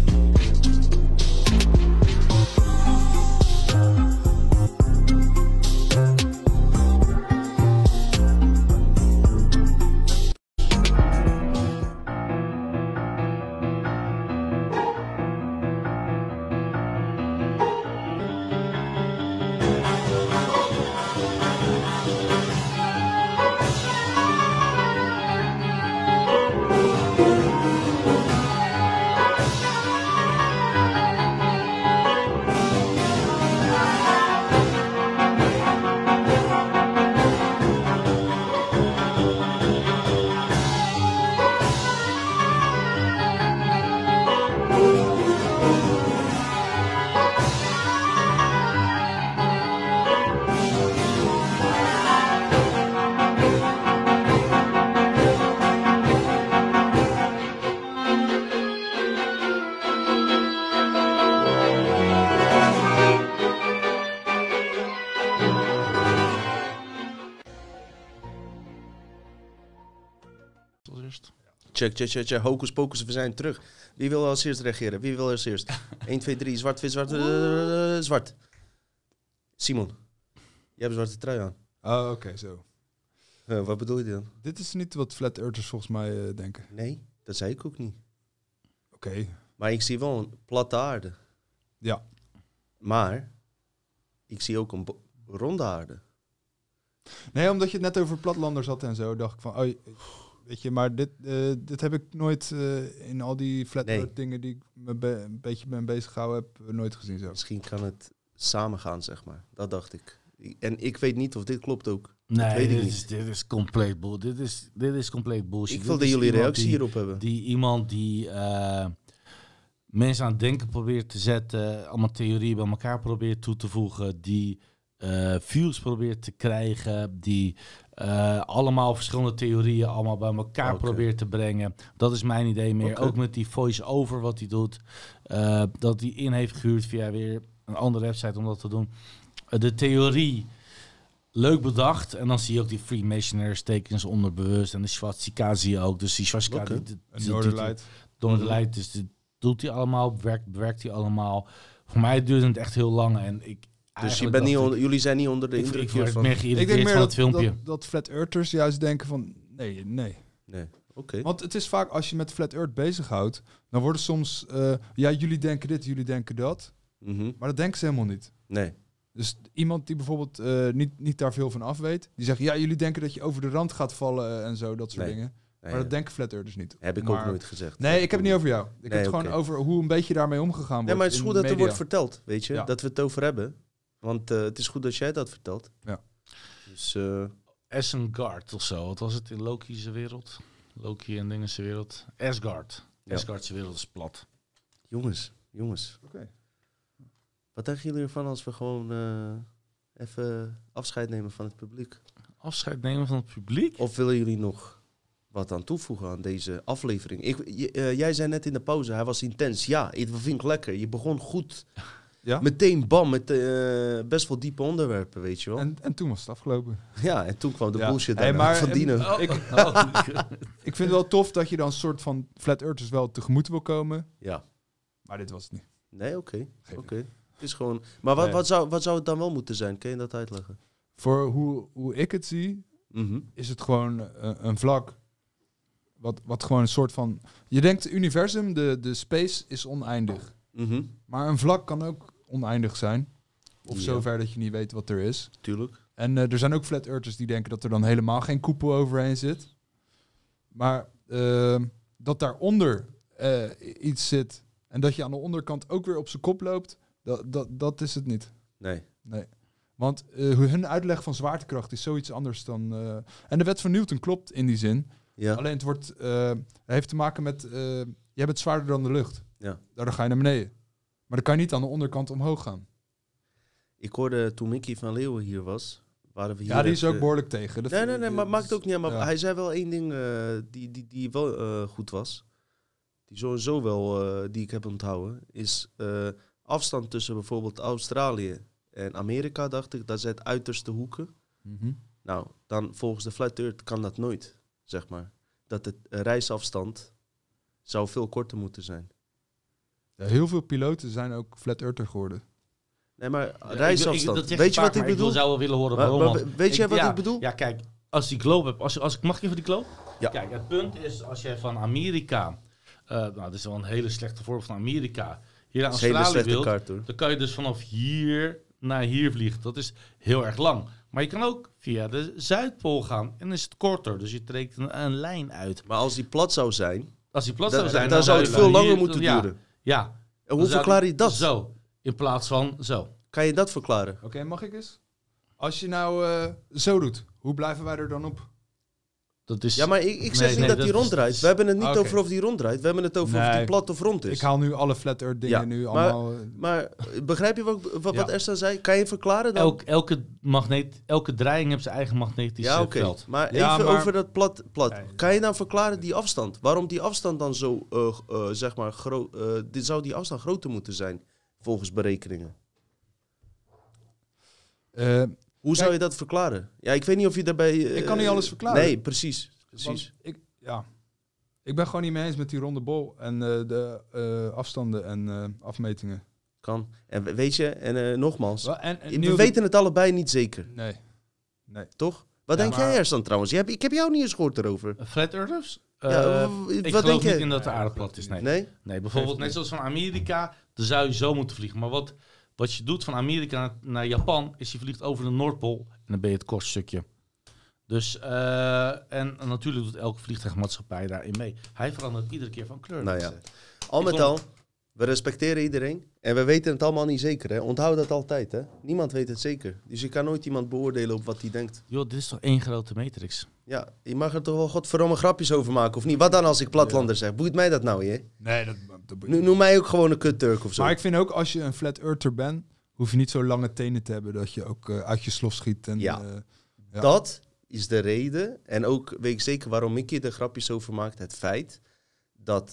Check. Hocus pocus, we zijn terug. Wie wil als eerst reageren? Wie wil als eerst? 1, 2, 3, zwart, wit, zwart, zwart. Simon. Je hebt een zwarte trui aan. Oh, oké, zo. Wat bedoel je dan? Dit is niet wat flat earthers volgens mij denken. Nee, dat zei ik ook niet. Oké. Maar ik zie wel een platte aarde. Ja. Maar ik zie ook een ronde aarde. Nee, omdat je het net over platlanders had en zo, dacht ik van, weet je, maar dit heb ik nooit in al die flat earth dingen die ik me een beetje ben bezig gehouden heb, nooit gezien zo. Misschien kan het samen gaan, zeg maar. Dat dacht ik. En ik weet niet of dit klopt ook. Nee, weet dit is compleet bullshit. Dit is compleet bullshit. Ik wil dat jullie reactie hierop hebben. Iemand die mensen aan het denken probeert te zetten, allemaal theorieën bij elkaar probeert toe te voegen, die views probeert te krijgen, die allemaal verschillende theorieën allemaal bij elkaar probeert te brengen. Dat is mijn idee meer. Ook met die voice-over wat hij doet. Dat hij in heeft gehuurd via weer een andere website om dat te doen. De theorie, leuk bedacht. En dan zie je ook die Freemasoners tekens onderbewust. En de swastika zie je ook. Dus die swastika... Noorderlight. Dus dit doet hij allemaal, bewerkt hij allemaal. Voor mij duurde het echt heel lang. En dus jullie zijn niet onder de indruk hiervan? Ik denk meer het filmpje. Dat flat earthers juist denken van... Nee. Oké. Want het is vaak, als je met flat earth bezighoudt... dan worden soms... jullie denken dit, jullie denken dat. Mm-hmm. Maar dat denken ze helemaal niet. Nee. Dus iemand die bijvoorbeeld niet daar veel van af weet... die zegt, jullie denken dat je over de rand gaat vallen en zo, dat soort dingen. Maar dat denken flat earthers niet. Heb ik ook nooit gezegd. Nee, ik heb het niet over jou. Ik heb het gewoon over hoe een beetje daarmee omgegaan wordt. Ja, maar het is goed dat media. er wordt verteld, weet je. Ja. Dat we het over hebben. Want het is goed dat jij dat vertelt. Ja. Dus... Asgard of zo. Wat was het in Loki's wereld? Loki en Dingen's wereld. Asgard. Ja. Asgard's wereld is plat. Jongens. Okay. Wat denken jullie ervan als we gewoon even afscheid nemen van het publiek? Afscheid nemen van het publiek? Of willen jullie nog wat aan toevoegen aan deze aflevering? Jij zei net in de pauze, hij was intens. Ja, dat vind ik lekker. Je begon goed. Ja? Meteen bam, met best wel diepe onderwerpen, weet je wel. En toen was het afgelopen. Ja, en toen kwam de bullshit van Dino. Ik vind het wel tof dat je dan een soort van flat earthers wel tegemoet wil komen. Ja. Maar dit was het niet. Nee, oké. Het is gewoon... Maar wat zou het dan wel moeten zijn? Kun je dat uitleggen? Voor hoe ik het zie, is het gewoon een vlak... Wat gewoon een soort van... Je denkt, het universum, de space is oneindig. Mm-hmm. Maar een vlak kan ook oneindig zijn. Of zover dat je niet weet wat er is. Tuurlijk. En er zijn ook flat earthers die denken dat er dan helemaal geen koepel overheen zit. Maar dat daaronder iets zit... en dat je aan de onderkant ook weer op zijn kop loopt... dat is het niet. Nee. Want hun uitleg van zwaartekracht is zoiets anders dan... en de wet van Newton klopt in die zin. Ja. Alleen het heeft te maken met... jij bent zwaarder dan de lucht. Ja. Daardoor ga je naar beneden. Maar dan kan je niet aan de onderkant omhoog gaan. Ik hoorde toen Mickey van Leeuwen hier was... Waren we hier ja, die is ook behoorlijk tegen. Nee, maar maakt ook niet uit. Maar hij zei wel één ding die wel goed was. Die sowieso wel, die ik heb onthouden. Is afstand tussen bijvoorbeeld Australië en Amerika, dacht ik. Dat zijn het uiterste hoeken. Mm-hmm. Nou, dan volgens de Flat Earth kan dat nooit, zeg maar. Dat de reisafstand zou veel korter moeten zijn. Ja, heel veel piloten zijn ook Flat Earther geworden. Nee, maar reisafstand. Weet je wat ik bedoel? Ik zou wel willen horen waarom. Weet jij wat ik bedoel? Ja, kijk, als die globe hebt... Mag ik even die globe? Ja. Kijk, het punt is, als jij van Amerika... dat is wel een hele slechte voorbeeld van Amerika. Hier naar Australië wilt, dan kan je dus vanaf hier naar hier vliegen. Dat is heel erg lang. Maar je kan ook via de Zuidpool gaan en dan is het korter. Dus je trekt een lijn uit. Maar als die plat zou zijn... Dan zou het veel langer moeten duren. Ja. En hoe verklaar je dat? Zo. In plaats van zo. Kan je dat verklaren? Oké, mag ik eens? Als je nou zo doet, hoe blijven wij er dan op? Dat is... Ja, maar ik zeg niet dat die ronddraait. We hebben het niet over of die ronddraait. We hebben het over of die plat of rond is. Ik haal nu alle flat earth dingen nu allemaal... Maar begrijp je wat Esther zei? Kan je verklaren dan? Elke draaiing heeft zijn eigen magnetische veld. Maar even over dat plat. Kan je nou verklaren die afstand? Waarom die afstand dan zo, zeg maar, zou die afstand groter moeten zijn, volgens berekeningen? Hoe zou je dat verklaren? Ja, ik weet niet of je daarbij... ik kan niet alles verklaren. Nee, precies. Ik ben gewoon niet mee eens met die ronde bol en de afstanden en afmetingen. Kan. En weet je, en nogmaals, En we weten het allebei niet zeker. Nee. Toch? Wat denk jij eerst dan trouwens? Ik heb jou niet eens gehoord erover. Flat Earthers? Ja, Ik wat geloof denk niet jij? in dat de aarde plat is, nee. Nee? Bijvoorbeeld net zoals van Amerika, dan zou je zo moeten vliegen. Maar wat je doet van Amerika naar Japan, is je vliegt over de Noordpool en dan ben je het kortstukje. Dus, en natuurlijk doet elke vliegtuigmaatschappij daarin mee. Hij verandert iedere keer van kleur. Nou ja, al met al, we respecteren iedereen. En we weten het allemaal niet zeker, hè. Onthoud dat altijd, hè. Niemand weet het zeker. Dus je kan nooit iemand beoordelen op wat hij denkt. Joh, dit is toch één grote matrix? Ja, je mag er toch wel godverdomme grapjes over maken, of niet? Wat dan als ik platlander zeg? Boeit mij dat nou, hè? Nee, dat Noem mij ook gewoon een kut-Turk of zo. Maar ik vind ook, als je een flat earther bent, hoef je niet zo lange tenen te hebben dat je ook uit je slof schiet. En, Ja. Dat is de reden, en ook weet ik zeker waarom Mickey er grapjes over maakt, het feit dat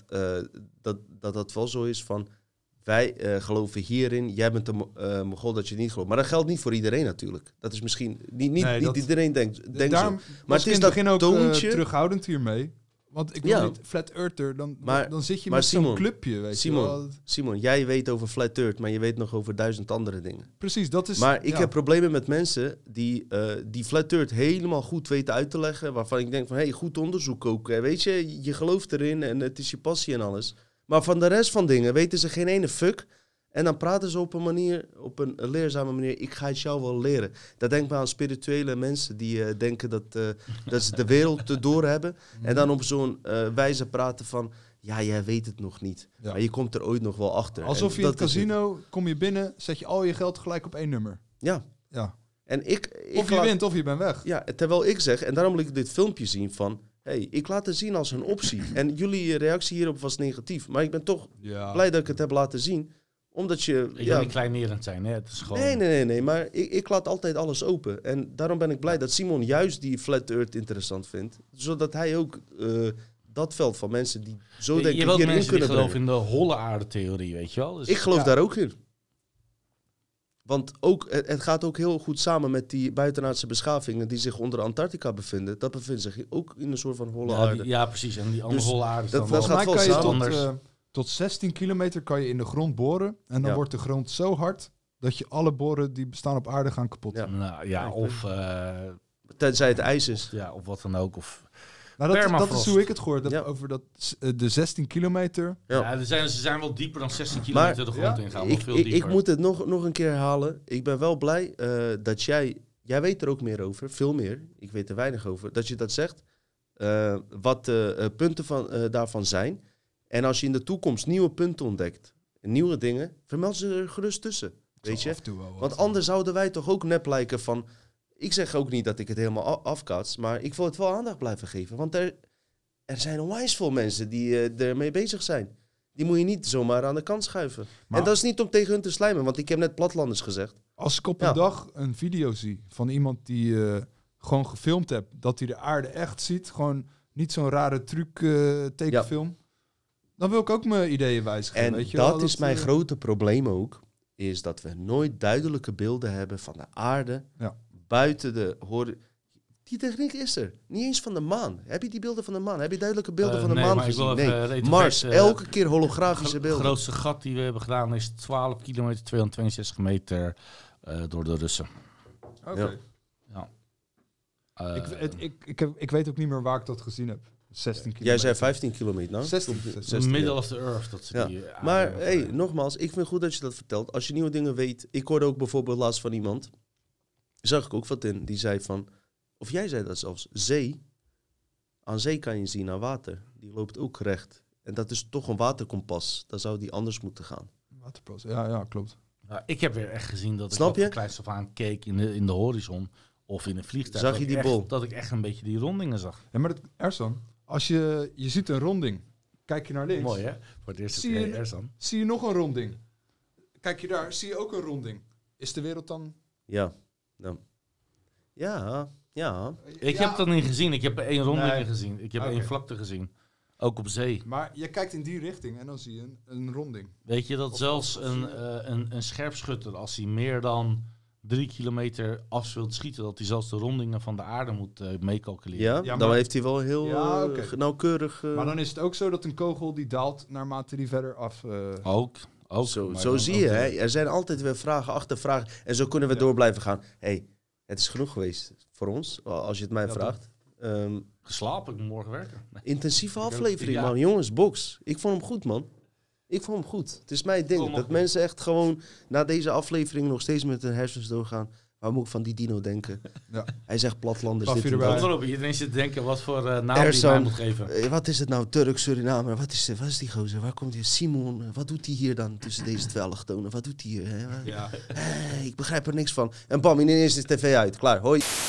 dat wel zo is van, wij geloven hierin, jij bent een Mogol dat je het niet gelooft. Maar dat geldt niet voor iedereen natuurlijk. Dat is misschien, niet iedereen denkt zo. Maar het is dat begin ook toontje... terughoudend hiermee. Want ik wil niet flat earther, dan zit je met zo'n clubje, weet je wel. Simon, jij weet over flat earth, maar je weet nog over 1000 andere dingen. Precies, dat is... Maar ik heb problemen met mensen die flat earth helemaal goed weten uit te leggen, waarvan ik denk van, hey, goed onderzoek ook. Weet je gelooft erin en het is je passie en alles. Maar van de rest van dingen weten ze geen ene fuck. En dan praten ze op een leerzame manier. Ik ga het jou wel leren. Dat denk ik maar aan spirituele mensen die denken dat ze de wereld doorhebben. En dan op zo'n wijze praten van, ja, jij weet het nog niet. Ja. Maar je komt er ooit nog wel achter. Alsof je in het casino, kom je binnen, zet je al je geld gelijk op één nummer. Ja. En of je wint of je bent weg. Ja, terwijl ik zeg, en daarom wil ik dit filmpje zien van, hey, ik laat het zien als een optie. En jullie reactie hierop was negatief. Maar ik ben toch blij dat ik het heb laten zien. Omdat je... Ik wil niet kleinerend zijn, hè? Het is gewoon... Nee. Maar ik laat altijd alles open. En daarom ben ik blij dat Simon juist die flat earth interessant vindt. Zodat hij ook dat veld van mensen die zo denken hierin kunnen brengen. Je hebt ook mensen die geloven in de holle aarde-theorie, weet je wel? Dus, ik geloof daar ook in. Want ook, het gaat ook heel goed samen met die buitenaardse beschavingen die zich onder Antarctica bevinden. Dat bevindt zich ook in een soort van holle aarde. Ja, precies. En die andere holle aarde is dan dat gaat wel samen. Tot 16 kilometer kan je in de grond boren. En dan wordt de grond zo hard dat je alle boren die bestaan op aarde gaan kapot. Ja. Nou, of... tenzij het ijs is. Ja, of wat dan ook. Of nou, dat is hoe ik het gehoord heb. Over de 16 kilometer. Ja, ze zijn wel dieper dan 16 kilometer de grond ingaan. Ik moet het nog een keer herhalen. Ik ben wel blij dat jij weet er ook meer over. Veel meer. Ik weet er weinig over. Dat je dat zegt. Wat de punten daarvan zijn. En als je in de toekomst nieuwe punten ontdekt, nieuwe dingen, vermeld ze er gerust tussen. Weet je? Want anders zouden wij toch ook nep lijken van... Ik zeg ook niet dat ik het helemaal afkaats, maar ik wil het wel aandacht blijven geven. Want er zijn onwijs veel mensen die ermee bezig zijn. Die moet je niet zomaar aan de kant schuiven. Maar, en dat is niet om tegen hun te slijmen, want ik heb net platlanders gezegd. Als ik op een dag een video zie van iemand die gewoon gefilmd heeft, dat hij de aarde echt ziet, gewoon niet zo'n rare truc tekenfilm... Dan wil ik ook mijn ideeën wijzigen. En weet je dat is mijn grote probleem ook. Is dat we nooit duidelijke beelden hebben van de aarde. Buiten de horizon. Die techniek is er. Niet eens van de maan. Heb je die beelden van de maan? Heb je duidelijke beelden van de maan gezien? Nee. Mars. Elke keer holografische beelden. Het grootste gat die we hebben gedaan is 12 kilometer, 262 meter door de Russen. Oké. Ik weet ook niet meer waar ik dat gezien heb. 16 kilometer. Jij zei 15 kilometer, nou? 16. Middle of the earth. Dat ze die maar nogmaals, ik vind het goed dat je dat vertelt. Als je nieuwe dingen weet... Ik hoorde ook bijvoorbeeld laatst van iemand... Zag ik ook wat in. Die zei van... Of jij zei dat zelfs. Zee. Aan zee kan je zien naar water. Die loopt ook recht. En dat is toch een waterkompas. Dan zou die anders moeten gaan. Waterpas, ja, klopt. Nou, ik heb weer echt gezien dat ik van kleins af aan keek in de horizon... Of in een vliegtuig. Zag je die bol? Dat ik echt een beetje die rondingen zag. Ja, maar Ersan, als je ziet een ronding, kijk je naar links. Mooi hè? Voor het eerst Ersan. Zie je nog een ronding. Kijk je daar, zie je ook een ronding. Is de wereld dan... Ja. Ik heb dat niet gezien. Ik heb 1 ronding gezien. Ik heb 1 vlakte gezien. Ook op zee. Maar je kijkt in die richting en dan zie je een ronding. Weet je dat zelfs een scherpschutter, als hij meer dan 3 kilometer af wilt schieten, dat hij zelfs de rondingen van de aarde moet meecalculeren. Ja, dan heeft hij wel heel nauwkeurig... Maar dan is het ook zo dat een kogel die daalt naarmate die verder af... Ook. Ook, Zo maar dan zie ook je, weer- hè? Er zijn altijd weer vragen achter vragen. En zo kunnen we door blijven gaan. Het is genoeg geweest voor ons, als je het mij vraagt. Geslapen, ik moet morgen werken. Nee. Intensieve aflevering, Ja. man. Jongens, box. Ik vond hem goed, man. Ik vond hem goed. Het is mijn ding. Kom op. Dat mensen echt gewoon na deze aflevering nog steeds met hun hersens doorgaan. Waar moet ik van die dino denken? Ja. Hij zegt platlanders. Koffie dit en erbij. dat. Kom erop, iedereen zit te denken wat voor naam die mij Ersan, moet geven. wat is het nou? Turk, Suriname. Wat is die gozer? Waar komt hij? Simon. Wat doet hij hier dan tussen deze 2 allochtonen? Wat doet hij hier? Hè? Ja. Ik begrijp er niks van. En bam, ineens is de tv uit. Klaar. Hoi.